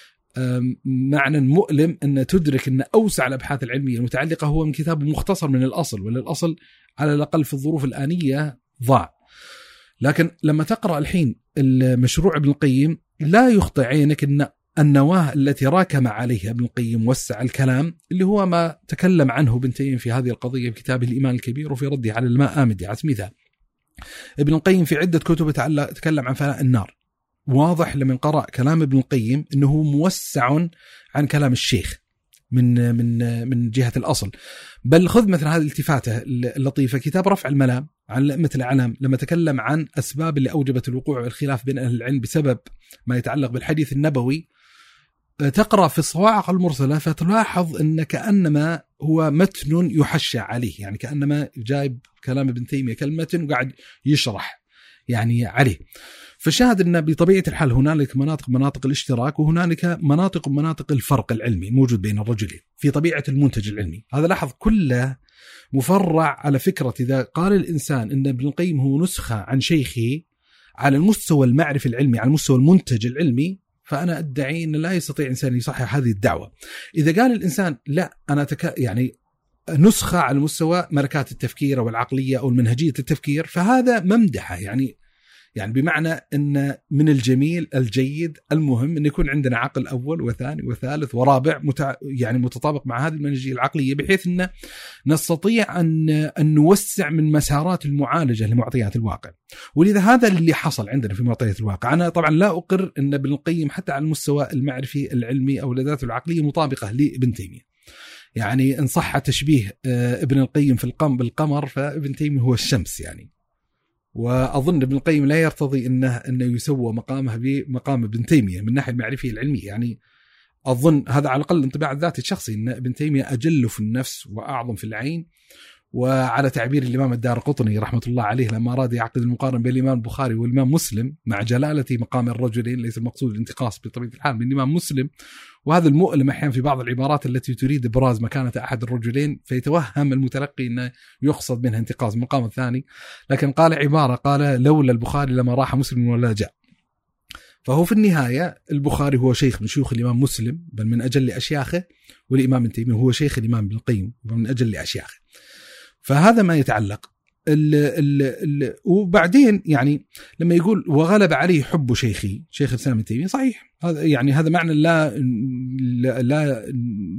معنى مؤلم أن تدرك أن أوسع الأبحاث العلمية المتعلقة هو من كتاب مختصر من الأصل، وللأصل على الأقل في الظروف الآنية ضاع. لكن لما تقرأ الحين المشروع ابن القيم لا يخطئ عينك أن النواة التي راكم عليها ابن القيم وسع الكلام، اللي هو ما تكلم عنه ابن تيمية في هذه القضية في كتابه الإيمان الكبير وفي رده على المآمدي على مثال. ابن القيم في عدة كتب تكلم عن فناء النار. واضح لمن قرأ كلام ابن القيم أنه موسع عن كلام الشيخ من جهة الأصل. بل خذ مثلا هذه الالتفاتة اللطيفة، كتاب رفع الملام عن أئمة الأعلام، لما تكلم عن أسباب اللي أوجبت الوقوع والخلاف بين أهل العلم بسبب ما يتعلق بالحديث النبوي، تقرأ في الصواعق المرسلة فتلاحظ أن كأنما هو متن يحشى عليه، يعني كأنما جايب كلام ابن تيمية كالمتن وقاعد يشرح يعني عليه. فشاهد أن بطبيعة الحال هنالك مناطق الاشتراك، وهنالك مناطق الفرق العلمي موجود بين الرجلين في طبيعة المنتج العلمي. هذا لاحظ كله مفرع على فكرة إذا قال الإنسان أن ابن القيم هو نسخة عن شيخه على المستوى المعرفي العلمي، على المستوى المنتج العلمي، فأنا أدعي أن لا يستطيع إنسان يصحح هذه الدعوة. إذا قال الإنسان لا أنا يعني نسخة على مستوى ملكات التفكير أو العقلية أو المنهجية التفكير، فهذا ممدحة. يعني بمعنى أن من الجميل الجيد المهم أن يكون عندنا عقل أول وثاني وثالث ورابع يعني متطابق مع هذه المنهجية العقلية، بحيث أن نستطيع أن نوسع من مسارات المعالجة لمعطيات الواقع. ولذا هذا اللي حصل عندنا في معطيات الواقع. أنا طبعا لا أقر أن ابن القيم حتى على المستوى المعرفي العلمي أو لذاته العقلية مطابقة لابن تيمية. يعني إن صح تشبيه ابن القيم في بالقمر، فابن تيمية هو الشمس يعني. وأظن ابن القيم لا يرتضي أنه يسوى مقامه بمقام ابن تيمية من ناحية المعرفية العلمية. يعني أظن هذا على الأقل انطباع الذاتي الشخصي أن ابن تيمية أجل في النفس وأعظم في العين. وعلى تعبير الإمام الدارقطني رحمة الله عليه لما أراد يعقد المقارنة بين الإمام البخاري والإمام مسلم مع جلالة مقام الرجلين، ليس المقصود الانتقاص بطبيعة الحال من الإمام مسلم، وهذا المؤلم أحيانا في بعض العبارات التي تريد إبراز مكانة أحد الرجلين فيتوهم المتلقي أنه يقصد منها انتقاص مقام الثاني. لكن قال عبارة، قال لولا البخاري لما راح مسلم ولا جاء. فهو في النهاية البخاري هو شيخ من شيوخ الإمام مسلم بل من أجل أشياخه، والإمام ابن تيمية هو شيخ الإمام ابن القيم من أجل أشياخه. فهذا ما يتعلق وبعدين يعني لما يقول وغلب عليه حب شيخي شيخ الإسلام ابن تيمية، صحيح هذا يعني هذا معنى لا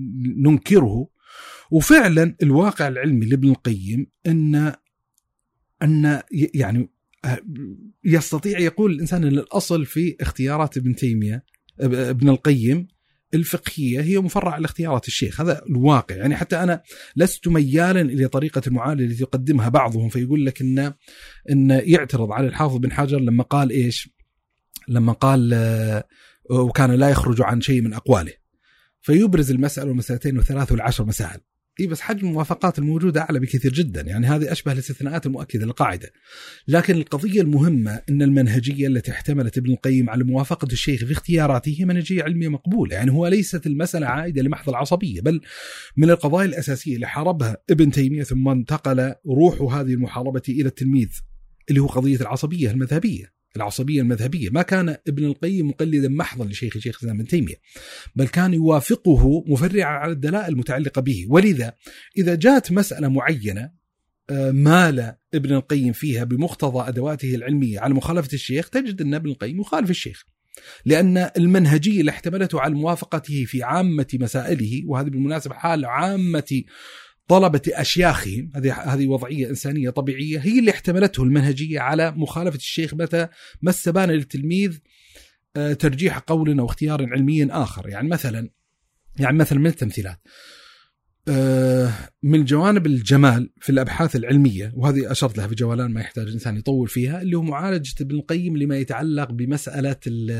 ننكره. وفعلا الواقع العلمي لابن القيم أن أن يعني يستطيع يقول الإنسان أن الأصل في اختيارات ابن تيمية ابن القيم الفقهية هي مفرع على اختيارات الشيخ. هذا الواقع. يعني حتى أنا لست ميالا إلى طريقة المعالجة التي يقدمها بعضهم، فيقول لك إن يعترض على الحافظ بن حجر لما قال إيش، لما قال وكان لا يخرج عن شيء من أقواله، فيبرز المسألة ومسألتين وثلاث والعشر مسائل. بس حجم الموافقات الموجودة أعلى بكثير جدا، يعني هذه أشبه الاستثناءات المؤكدة للقاعدة. لكن القضية المهمة أن المنهجية التي احتملت ابن القيم على موافقة الشيخ في اختياراته هي منهجية علمية مقبولة. يعني هو ليست المسألة عائدة لمحض العصبية، بل من القضايا الأساسية اللي حاربها ابن تيمية ثم انتقل روح هذه المحاربة إلى التلميذ، اللي هو قضية العصبية المذهبية. العصبية المذهبية ما كان ابن القيم مقلدا محضا لشيخ الإسلام ابن تيمية، بل كان يوافقه مفرعا على الدلائل المتعلقة به. ولذا إذا جاءت مسألة معينة مال ابن القيم فيها بمقتضى أدواته العلمية على مخالفة الشيخ، تجد أن ابن القيم يخالف الشيخ، لأن المنهجية اللي احتملته على موافقته في عامة مسائله، وهذه بالمناسبة حال عامة طلبة أشياخهم، هذه وضعية إنسانية طبيعية، هي اللي احتملته المنهجية على مخالفة الشيخ متى ما استبان للتلميذ ترجيح قول أو اختيار علمي آخر. يعني مثلا من التمثيلات من جوانب الجمال في الأبحاث العلمية، وهذه أشرت لها في جولان ما يحتاج إنسان يطول فيها، اللي هو معالجة ابن القيم لما يتعلق بمسألة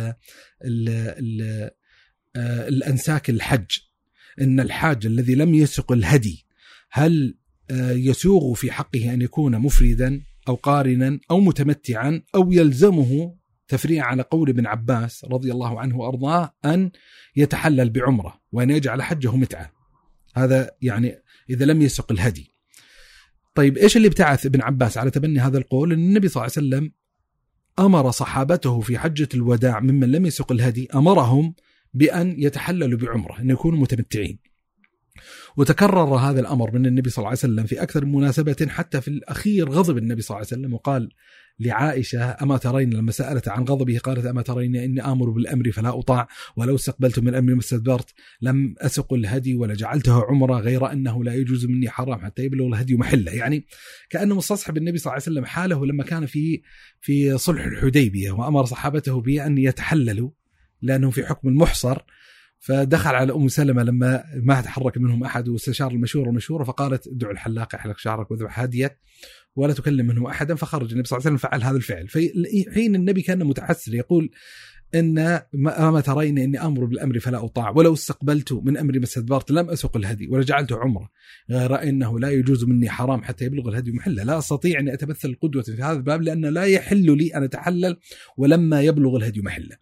الأنساك الحج. إن الحاج الذي لم يسق الهدي هل يسوغ في حقه أن يكون مفردا أو قارنا أو متمتعا، أو يلزمه تفريع على قول ابن عباس رضي الله عنه وأرضاه أن يتحلل بعمرة وأن يجعل حجه متعة؟ هذا يعني إذا لم يسق الهدي. طيب إيش اللي ابتعث ابن عباس على تبني هذا القول؟ أن النبي صلى الله عليه وسلم أمر صحابته في حجة الوداع ممن لم يسق الهدي، أمرهم بأن يتحللوا بعمرة، أن يكونوا متمتعين. وتكرر هذا الأمر من النبي صلى الله عليه وسلم في أكثر من مناسبة، حتى في الأخير غضب النبي صلى الله عليه وسلم وقال لعائشة أما ترين، لما سألت عن غضبه قالت أما ترين إني آمر بالأمر فلا أطاع، ولو استقبلت من أمري ما استدبرت، لم أسق الهدي ولا جعلته عمرة، غير أنه لا يجوز مني حرام حتى يبلغ الهدي محله. يعني كأنه مستصحب النبي صلى الله عليه وسلم حاله لما كان في صلح الحديبية وأمر صحابته بأن يتحللوا لأنه في حكم المحصر، فدخل على أم سلمة لما ما تحرك منهم أحد واستشار المشورة فقالت ادعوا الحلاق يحلق شعرك وذبح هديك ولا تكلم منه أحدا، فخرج النبي صلى الله عليه وسلم فعل هذا الفعل. في حين النبي كان متحسر يقول إن ما ترين إني أمر بالأمر فلا أطاع، ولو استقبلت من أمري ما استدبرت، لم أسق الهدي ولا جعلته عمره، غير أنه لا يجوز مني حرام حتى يبلغ الهدي محله. لا أستطيع أن أتمثل القدوة في هذا الباب، لأن لا يحل لي أن أتحلل ولما يبلغ الهدي محله.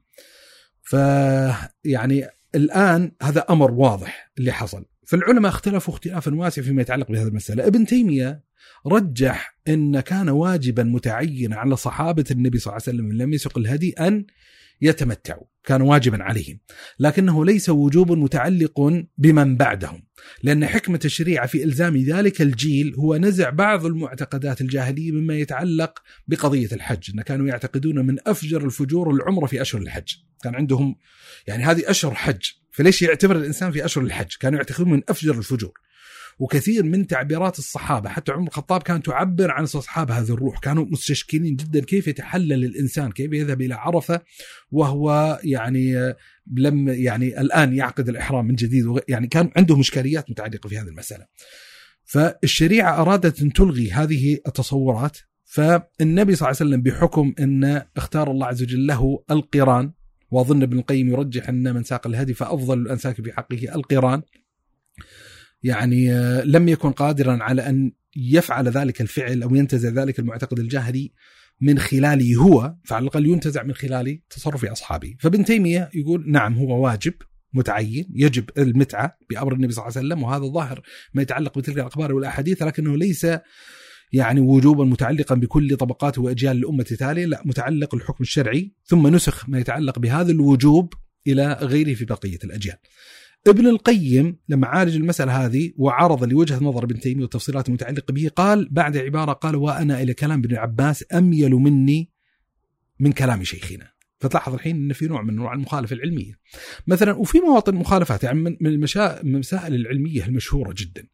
فيعني الآن هذا أمر واضح اللي حصل. فالعلماء اختلفوا اختلافا واسعا فيما يتعلق بهذه المسألة. ابن تيمية رجح أن كان واجبا متعينا على صحابة النبي صلى الله عليه وسلم لم يسق الهدي أن يتمتعوا، كان واجبا عليهم، لكنه ليس وجوب متعلق بمن بعدهم، لأن حكمة الشريعة في إلزام ذلك الجيل هو نزع بعض المعتقدات الجاهلية مما يتعلق بقضية الحج. أن كانوا يعتقدون من أفجر الفجور العمرة في أشهر الحج، كان عندهم يعني هذه أشهر حج، فليش يعتبر الإنسان في أشهر الحج؟ كانوا يعتقدون من أفجر الفجور. وكثير من تعبيرات الصحابة حتى عمر الخطاب كانت تعبر عن أصحاب هذه الروح، كانوا مستشكلين جدا كيف يتحلل الإنسان، كيف يذهب إلى عرفة وهو يعني لم يعني الآن يعقد الإحرام من جديد، يعني كان عنده إشكاليات متعلقة في هذه المسألة. فالشريعة أرادت أن تلغي هذه التصورات، فالنبي صلى الله عليه وسلم بحكم أن اختار الله عز وجل له القران، وأظن ابن القيم يرجح أن من ساق الهدي فأفضل الأنساك في حقه القران، يعني لم يكن قادرا على أن يفعل ذلك الفعل أو ينتزع ذلك المعتقد الجاهلي من خلاله هو، فعلى الأقل ينتزع من خلال تصرف أصحابه. فابن تيمية يقول نعم هو واجب متعين، يجب المتعة بأمر النبي صلى الله عليه وسلم، وهذا ظاهر ما يتعلق بتلك الأخبار والأحاديث، لكنه ليس يعني وجوبا متعلقا بكل طبقات وأجيال الأمة التالية، لا، متعلق الحكم الشرعي ثم نسخ ما يتعلق بهذا الوجوب إلى غيره في بقية الأجيال. ابن القيم لما عالج المسألة هذه وعرض لوجهة نظر ابن تيمية والتفصيلات المتعلقة به، قال بعد عبارة قال وأنا إلى كلام ابن عباس أميل مني من كلام شيخنا. فتلاحظ الحين أن في نوع من أنواع المخالفة العلمية مثلا، وفي مواطن مخالفات يعني من المسائل العلمية المشهورة جدا،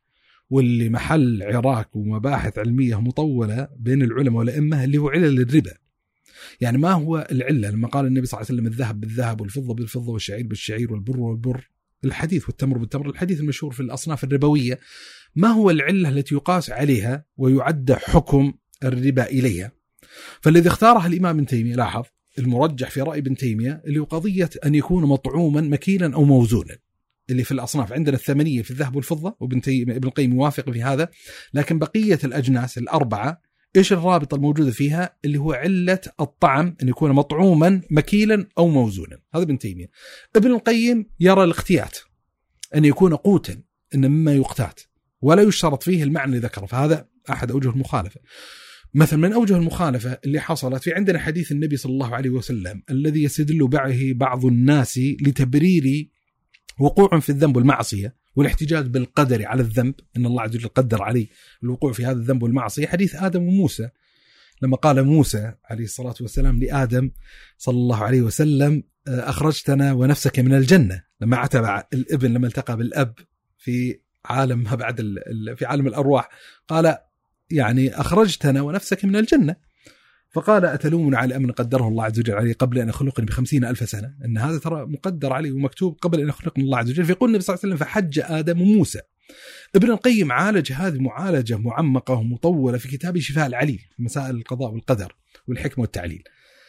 واللي محل عراك ومباحث علمية مطولة بين العلماء والأئمة، اللي هو علل الربا. يعني ما هو العلة لما قال النبي صلى الله عليه وسلم الذهب بالذهب والفضة بالفضة والشعير بالشعير والبر والبر، الحديث والتمر بالتمر، الحديث المشهور في الأصناف الربوية، ما هو العلة التي يقاس عليها ويعد حكم الربا إليها؟ فالذي اختاره الإمام ابن تيمية، لاحظ المرجح في رأي ابن تيمية اللي هو قضية أن يكون مطعوما مكيلا أو موزونا، اللي في الأصناف عندنا الثمنية في الذهب والفضة، وابن القيم يوافق في هذا. لكن بقية الأجناس الأربعة إيش الرابط الموجودة فيها؟ اللي هو علة الطعم، أن يكون مطعوما مكيلا أو موزونا. هذا ابن تيمية. ابن القيم يرى الاختيات، أن يكون قوتا، إن مما يقتات، ولا يشترط فيه المعنى اللي ذكره. فهذا أحد أوجه المخالفة. مثلا من أوجه المخالفة اللي حصلت في عندنا حديث النبي صلى الله عليه وسلم الذي يستدل به بعض الناس لتبرير وقوع في الذنب والمعصية والاحتجاج بالقدر على الذنب، إن الله عز وجل قدر عليه الوقوع في هذا الذنب والمعصية. حديث آدم وموسى، لما قال موسى عليه الصلاة والسلام لآدم صلى الله عليه وسلم أخرجتنا ونفسك من الجنة، لما عتب الابن لما التقى بالأب في عالم ما بعد في عالم الأرواح، قال يعني أخرجتنا ونفسك من الجنة، فقال أتلومنا على أمر قدره الله عز وجل عليه قبل أن يخلقني ب50,000 سنة، أن هذا ترى مقدر عليه ومكتوب قبل أن يخلقني الله عز وجل. فيقول النبي صلى الله عليه وسلم فحج آدم وموسى. ابن القيم عالج هذه معالجة معمقة ومطولة في كتابه شفاء العليل في مسائل القضاء والقدر والحكمة والتعليل.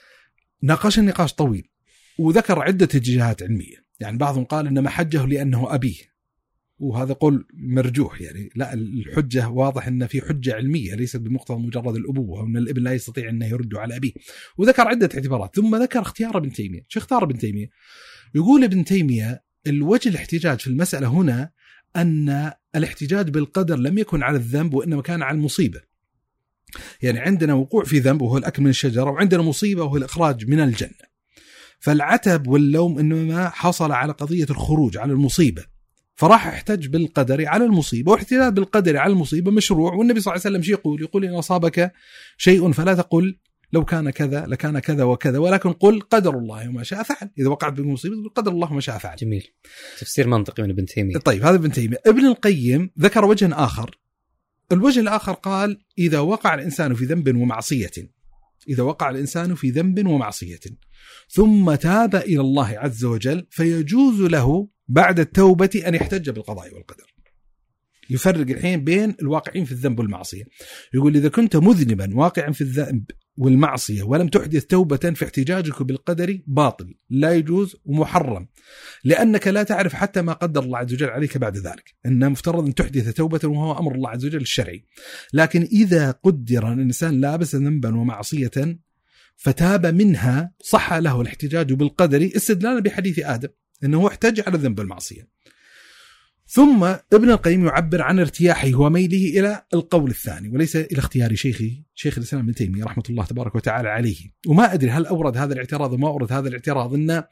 ناقش النقاش طويل وذكر عدة اتجاهات علمية. يعني بعضهم قال إن ما حجه لأنه أبيه، وهذا قول مرجوح. يعني لا، الحجة واضح أن في حجة علمية ليست بمقتضى مجرد الأبوة، وأن الابن لا يستطيع أنه يرد على أبيه. وذكر عدة اعتبارات، ثم ذكر اختيار ابن تيمية. شو اختار ابن تيمية؟ يقول ابن تيمية الوجه الاحتجاج في المسألة هنا أن الاحتجاج بالقدر لم يكن على الذنب وإنما كان على المصيبة. يعني عندنا وقوع في ذنب وهو الأكل من الشجرة، وعندنا مصيبة وهو الإخراج من الجنة. فالعتب واللوم إنما حصل على قضية الخروج على المصيبة، فراح احتج بالقدر على المصيبة، واحتجاج بالقدر على المصيبة مشروع. والنبي صلى الله عليه وسلم شيء يقول إن أصابك شيء فلا تقل لو كان كذا لكان كذا وكذا، ولكن قل قدر الله وما شاء فعل. إذا وقعت بالمصيبة قدر الله وما شاء فعل. جميل، تفسير منطقي من ابن تيمية. طيب هذا ابن تيمية. ابن القيم ذكر وجه آخر. الوجه الآخر قال إذا وقع الإنسان في ذنب ومعصية، إذا وقع الإنسان في ذنب ومعصية ثم تاب إلى الله عز وجل فيجوز له بعد التوبة أن يحتج بالقضاء والقدر. يفرق الحين بين الواقعين في الذنب والمعصية. يقول إذا كنت مذنبا واقعا في الذنب والمعصية ولم تحدث توبة فاحتجاجك بالقدر باطل، لا يجوز ومحرم، لأنك لا تعرف حتى ما قدر الله عز وجل عليك بعد ذلك. إنه مفترض أن تحدث توبة وهو أمر الله عز وجل الشرعي. لكن إذا قدر أن الإنسان لابس ذنبا ومعصية فتاب منها صح له الاحتجاج بالقدر استدلالا بحديث آدم أنه احتج على الذنب والمعصية. ثم ابن القيم يعبر عن ارتياحه وميله إلى القول الثاني وليس إلى اختيار شيخ الإسلام ابن تيمية رحمة الله تبارك وتعالى عليه. وما أدري هل أورد هذا الاعتراض وما أورد هذا الاعتراض، إن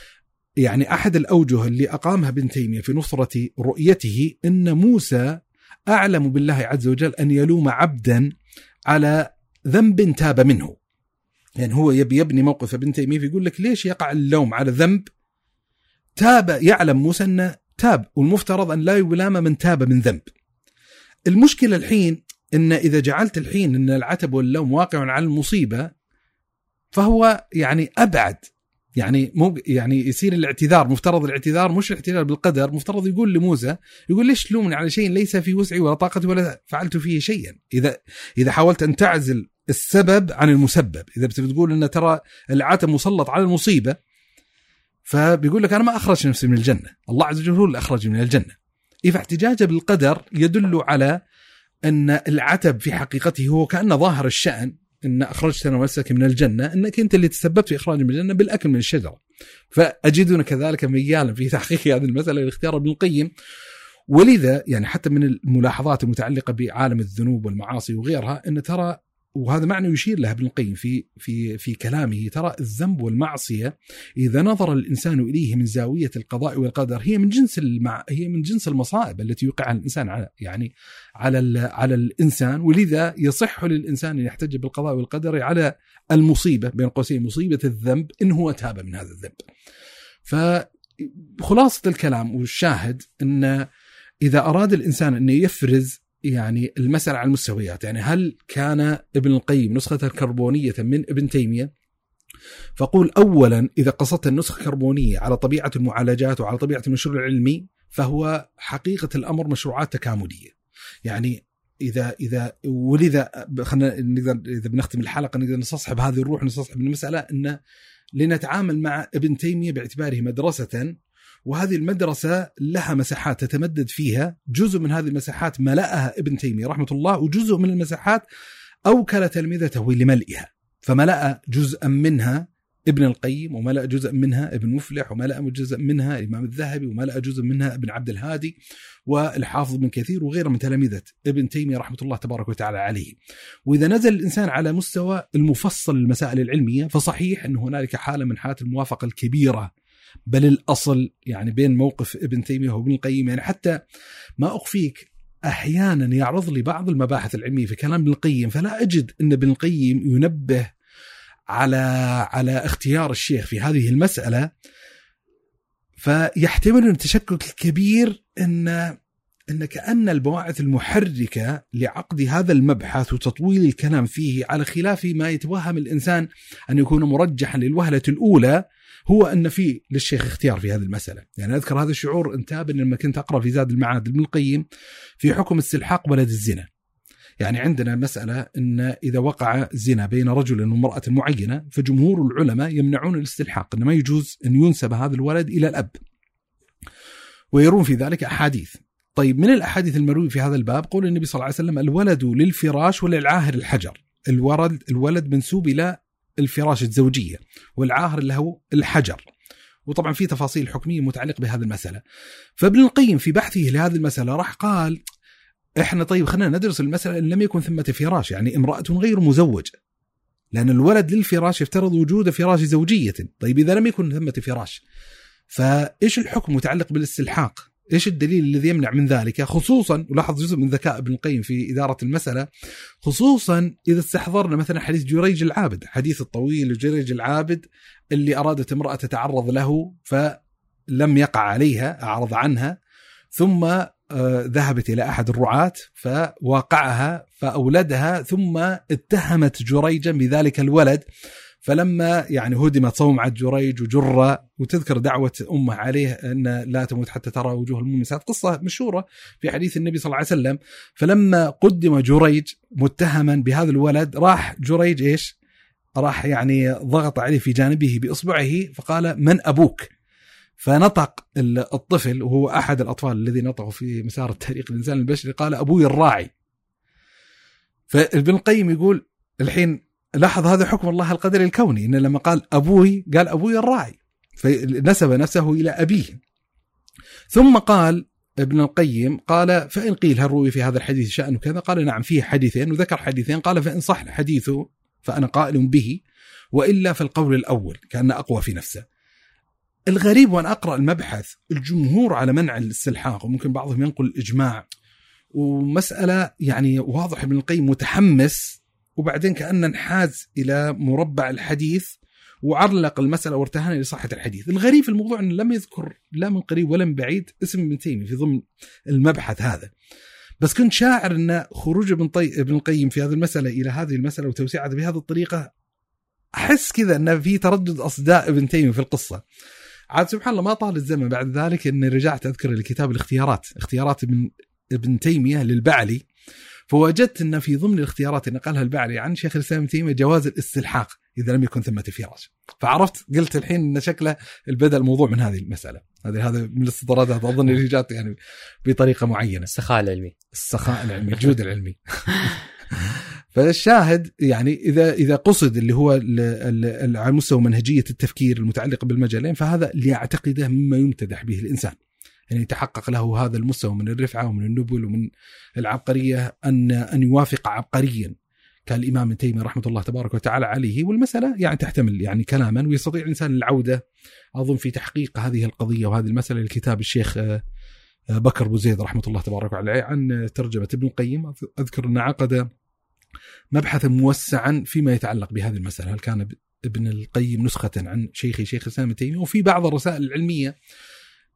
يعني أحد الأوجه اللي أقامها ابن تيمية في نصرة رؤيته إن موسى أعلم بالله عز وجل أن يلوم عبدا على ذنب تاب منه. يعني هو يبني موقف ابن تيمية فيقول لك ليش يقع اللوم على ذنب تاب، يعلم موسى أنه تاب، والمفترض أن لا يلام من تاب من ذنب. المشكلة الحين إن إذا جعلت الحين إن العتب واللوم واقع على المصيبة فهو يعني أبعد، يعني يصير الاعتذار، مفترض الاعتذار مش الاعتذار بالقدر، مفترض يقول لموسى يقول ليش تلومني على شيء ليس في وسعي ولا طاقتي ولا فعلت فيه شيئا. إذا حاولت أن تعزل السبب عن المسبب، إذا بتقول إن ترى العتب مسلط على المصيبة، فبيقول لك أنا ما أخرج نفسي من الجنة، الله عز وجل هو اللي أخرج من الجنة. إذا احتجاجه بالقدر يدل على أن العتب في حقيقته هو كأنه ظاهر الشأن، إن أخرجتنا ونفسك من الجنة، إنك أنت اللي تسببت في إخراج من الجنة بالأكل من الشجرة. فأجدنا كذلك ميالا في تحقيق هذه المسألة لاختيار ابن القيم. ولذا يعني حتى من الملاحظات المتعلقة بعالم الذنوب والمعاصي وغيرها أن ترى، وهذا معنى يشير له ابن القيم في كلامه، ترى الذنب والمعصية إذا نظر الإنسان إليه من زاوية القضاء والقدر هي من جنس المصائب التي يوقع الإنسان على الإنسان. ولذا يصح للإنسان أن يحتج بالقضاء والقدر على المصيبة بين قوسين مصيبة الذنب إن هو تاب من هذا الذنب. فخلاصة الكلام والشاهد أن إذا أراد الإنسان أن يفرز يعني المسألة على المستويات، يعني هل كان ابن القيم نسخة كربونية من ابن تيمية؟ فقول أولا إذا قصدت النسخة كربونية على طبيعة المعالجات وعلى طبيعة المشروع العلمي فهو حقيقة الأمر مشروعات تكاملية. يعني إذا ولذا خلينا إذا بنختم الحلقة نقدر نستصحب هذه الروح، نستصحب المسألة أن لنتعامل مع ابن تيمية باعتباره مدرسة، وهذه المدرسة لها مساحات تتمدد فيها، جزء من هذه المساحات ملأها ابن تيمية رحمة الله، وجزء من المساحات أوكل تلميذته لملئها، فملأ جزءا منها ابن القيم، وملأ جزء منها ابن مفلح، وملأ جزء منها الإمام الذهبي، وملأ جزء منها ابن عبد الهادي والحافظ بن كثير وغيره من تلاميذة ابن تيمية رحمة الله تبارك وتعالى عليه. وإذا نزل الإنسان على مستوى المفصل المسائل العلمية فصحيح أن هنالك حالة من حالات الموافقة الكبيرة، بل الأصل يعني بين موقف ابن تيمية وابن القيم. يعني حتى ما أخفيك أحيانا يعرض لي بعض المباحث العلمية في كلام ابن القيم فلا أجد أن ابن القيم ينبه على اختيار الشيخ في هذه المسألة، فيحتمل التشكك الكبير أن كأن البواعث المحركة لعقد هذا المبحث وتطويل الكلام فيه على خلاف ما يتوهم الإنسان أن يكون مرجحا للوهلة الأولى هو أن في للشيخ اختيار في هذه المسألة. يعني أذكر هذا الشعور انتابا لما كنت أقرأ في زاد المعاد ابن القيم في حكم استلحاق ولد الزنا. يعني عندنا مسألة أن إذا وقع زنا بين رجل وامرأة معينة فجمهور العلماء يمنعون الاستلحاق، إنما يجوز أن ينسب هذا الولد إلى الأب، ويرون في ذلك أحاديث. طيب من الأحاديث المروية في هذا الباب قول النبي صلى الله عليه وسلم الولد للفراش وللعاهر الحجر. الولد منسوب إلى الفراش الزوجية، والعاهر له الحجر، وطبعا في تفاصيل حكمية متعلقة بهذه المسألة. فابن القيم في بحثه لهذه المسألة راح قال احنا طيب خلينا ندرس المسألة إن لم يكن ثمة فراش، يعني امرأة غير مزوجة، لأن الولد للفراش يفترض وجود فراش زوجية. طيب إذا لم يكن ثمة فراش فإيش الحكم متعلق بالاستلحاق؟ إيش الدليل الذي يمنع من ذلك؟ خصوصا ولاحظ جزء من ذكاء ابن القيم في إدارة المسألة، خصوصا إذا استحضرنا مثلا حديث جريج العابد، حديث الطويل جريج العابد اللي أرادت امرأة تتعرض له فلم يقع عليها، أعرض عنها، ثم ذهبت إلى أحد الرعاة فواقعها فأولدها، ثم اتهمت جريجا بذلك الولد، فلما يعني هدمت صومعة جريج وجر، وتذكر دعوة أمه عليه أن لا تموت حتى ترى وجوه المومسات، قصة مشهورة في حديث النبي صلى الله عليه وسلم. فلما قدم جريج متهما بهذا الولد راح جريج إيش؟ راح يعني ضغط عليه في جانبه بإصبعه فقال من أبوك؟ فنطق الطفل وهو أحد الأطفال الذي نطقوا في مسار التاريخ الإنسان البشري قال أبوي الراعي. فابن القيم يقول الحين لاحظ هذا حكم الله القدري الكوني، إن لما قال أبوي قال أبوي الراعي، فنسب نفسه إلى أبيه. ثم قال ابن القيم قال فإن قيل هل روي في هذا الحديث شأن كذا؟ قال نعم فيه حديثين، وذكر حديثين، قال فإن صح حديثه فأنا قائل به، وإلا فالقول الأول كأن أقوى في نفسه. الغريب وأن أقرأ المبحث الجمهور على منع الاستلحاق، وممكن بعضهم ينقل الإجماع، ومسألة يعني واضح ابن القيم متحمس، وبعدين كأنه انحاز إلى مربع الحديث وعلق المسألة وارتهن لصحة الحديث. الغريب في الموضوع أنه لم يذكر لا من قريب ولا من بعيد اسم ابن تيمية في ضمن المبحث هذا، بس كنت شاعر أن خروج ابن القيم في هذه المسألة إلى هذه المسألة وتوسيعها بهذه الطريقة أحس كذا أن في تردد أصداء ابن تيمية في القصة. عاد سبحان الله ما طال الزمن بعد ذلك أني رجعت أذكر الكتاب اختيارات ابن تيمية للبعلي، فوجدت أن في ضمن الاختيارات اللي نقلها البعلي عن شيخ الإسلام ابن تيمية جواز الاستلحاق إذا لم يكن ثمة فراش. فعرفت قلت الحين أن شكله البدء الموضوع من هذه المسألة. هذا من الاستطرادات أظن اللي جات يعني بطريقة معينة. السخاء العلمي الجود العلمي. فالشاهد يعني إذا قصد اللي هو على مستوى منهجية التفكير المتعلقة بالمجالين، فهذا ليعتقده مما يمتدح به الإنسان، يعني يتحقق له هذا المستوى من الرفعة ومن النبل ومن العبقرية، أن يوافق عبقريا كالإمام ابن تيمية رحمة الله تبارك وتعالى عليه. والمسألة يعني تحتمل يعني كلاما، ويستطيع الإنسان العودة أظن في تحقيق هذه القضية وهذه المسألة لكتاب الشيخ بكر بوزيد رحمة الله تبارك وتعالى عن ترجمة ابن القيم. أذكر أن عقد مبحثا موسعا فيما يتعلق بهذه المسألة، هل كان ابن القيم نسخة عن شيخ الإسلام ابن تيمية، وفي بعض الرسائل العلمية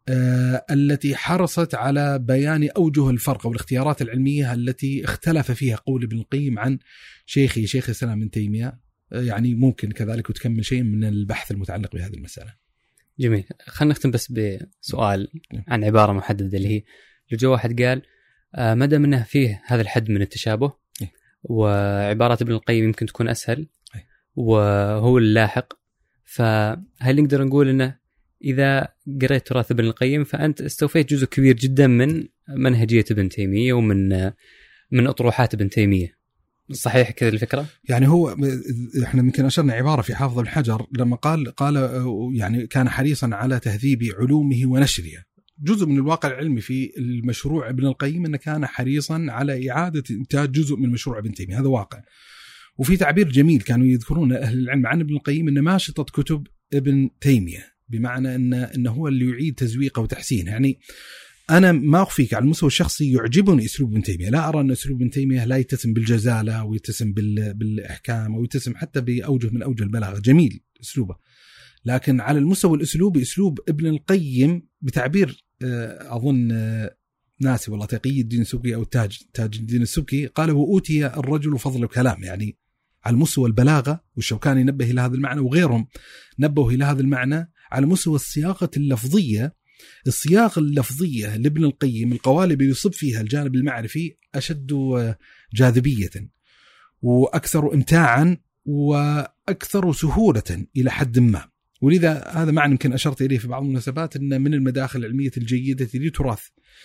التي حرصت على بيان أوجه الفرق والاختيارات العلمية التي اختلف فيها قول ابن القيم عن شيخ الإسلام ابن تيمية. يعني ممكن كذلك وتكمل شيء من البحث المتعلق بهذه المسألة. جميل. خلينا نختم بس بسؤال عن عبارة محددة اللي هي لو واحد قال ما دام انه فيه هذا الحد من التشابه وعبارات ابن القيم يمكن تكون أسهل وهو اللاحق، فهل نقدر نقول انه إذا قرأت تراث ابن القيم فأنت استوفيت جزء كبير جدا من منهجية ابن تيمية ومن أطروحات ابن تيمية؟ صحيح كذا الفكرة؟ يعني هو احنا يمكن أشرنا عبارة في حافظ بن حجر لما قال يعني كان حريصا على تهذيب علومه ونشرها. جزء من الواقع العلمي في المشروع ابن القيم أنه كان حريصا على إعادة إنتاج جزء من مشروع ابن تيمية، هذا واقع. وفي تعبير جميل كانوا يذكرون أهل العلم عن ابن القيم أنه ماشطة كتب ابن تيمية، بمعنى أنه هو اللي يعيد تزويقه وتحسينه. يعني أنا ما أخفيك على المستوى الشخصي يعجبني أسلوب ابن تيمية، لا أرى أن أسلوب ابن تيمية لا يتسم بالجزالة ويتسم بالإحكام ويتسم حتى بأوجه من أوجه البلاغة، جميل أسلوبه. لكن على المستوى الأسلوبي أسلوب ابن القيم بتعبير أظن ناسي والله تقي الدين السبكي أو تاج الدين السبكي قال وأوتي الرجل فضل الكلام. يعني على مستوى البلاغة، والشوكاني نبه إلى هذا المعنى وغيرهم نبهوا إلى هذا المعنى، على مستوى الصياغة اللفظية، الصياغة اللفظية لابن القيم القوالب اللي يصب فيها الجانب المعرفي أشد جاذبية وأكثر إمتاعا وأكثر سهولة إلى حد ما. ولذا هذا معنى يمكن أشرت إليه في بعض المناسبات أن من المداخل العلمية الجيدة لتراث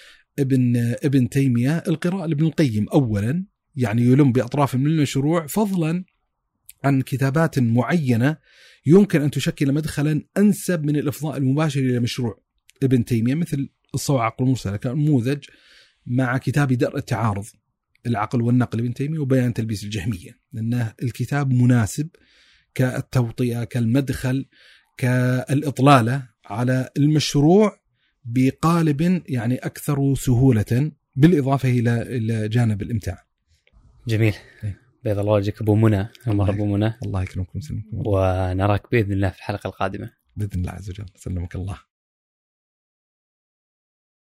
ابن تيمية القراءة لابن القيم أولا، يعني يلم بأطراف من المشروع، فضلا عن كتابات معينة يمكن أن تشكل مدخلا أنسب من الإفضاء المباشر إلى مشروع ابن تيمية، مثل الصواعق المرسلة كنموذج مع كتاب درء التعارض العقل والنقل ابن تيمية وبيان تلبيس الجهمية، لأنه الكتاب مناسب كالتوطئة كالمدخل كالإطلالة على المشروع بقالب يعني أكثر سهولة، بالإضافة إلى جانب الإمتاع. جميل. بيض الله وجهك أبو منى. أبو منى الله يكرمكم. ونراك بإذن الله في الحلقة القادمة بإذن الله عز وجل. سلمك الله.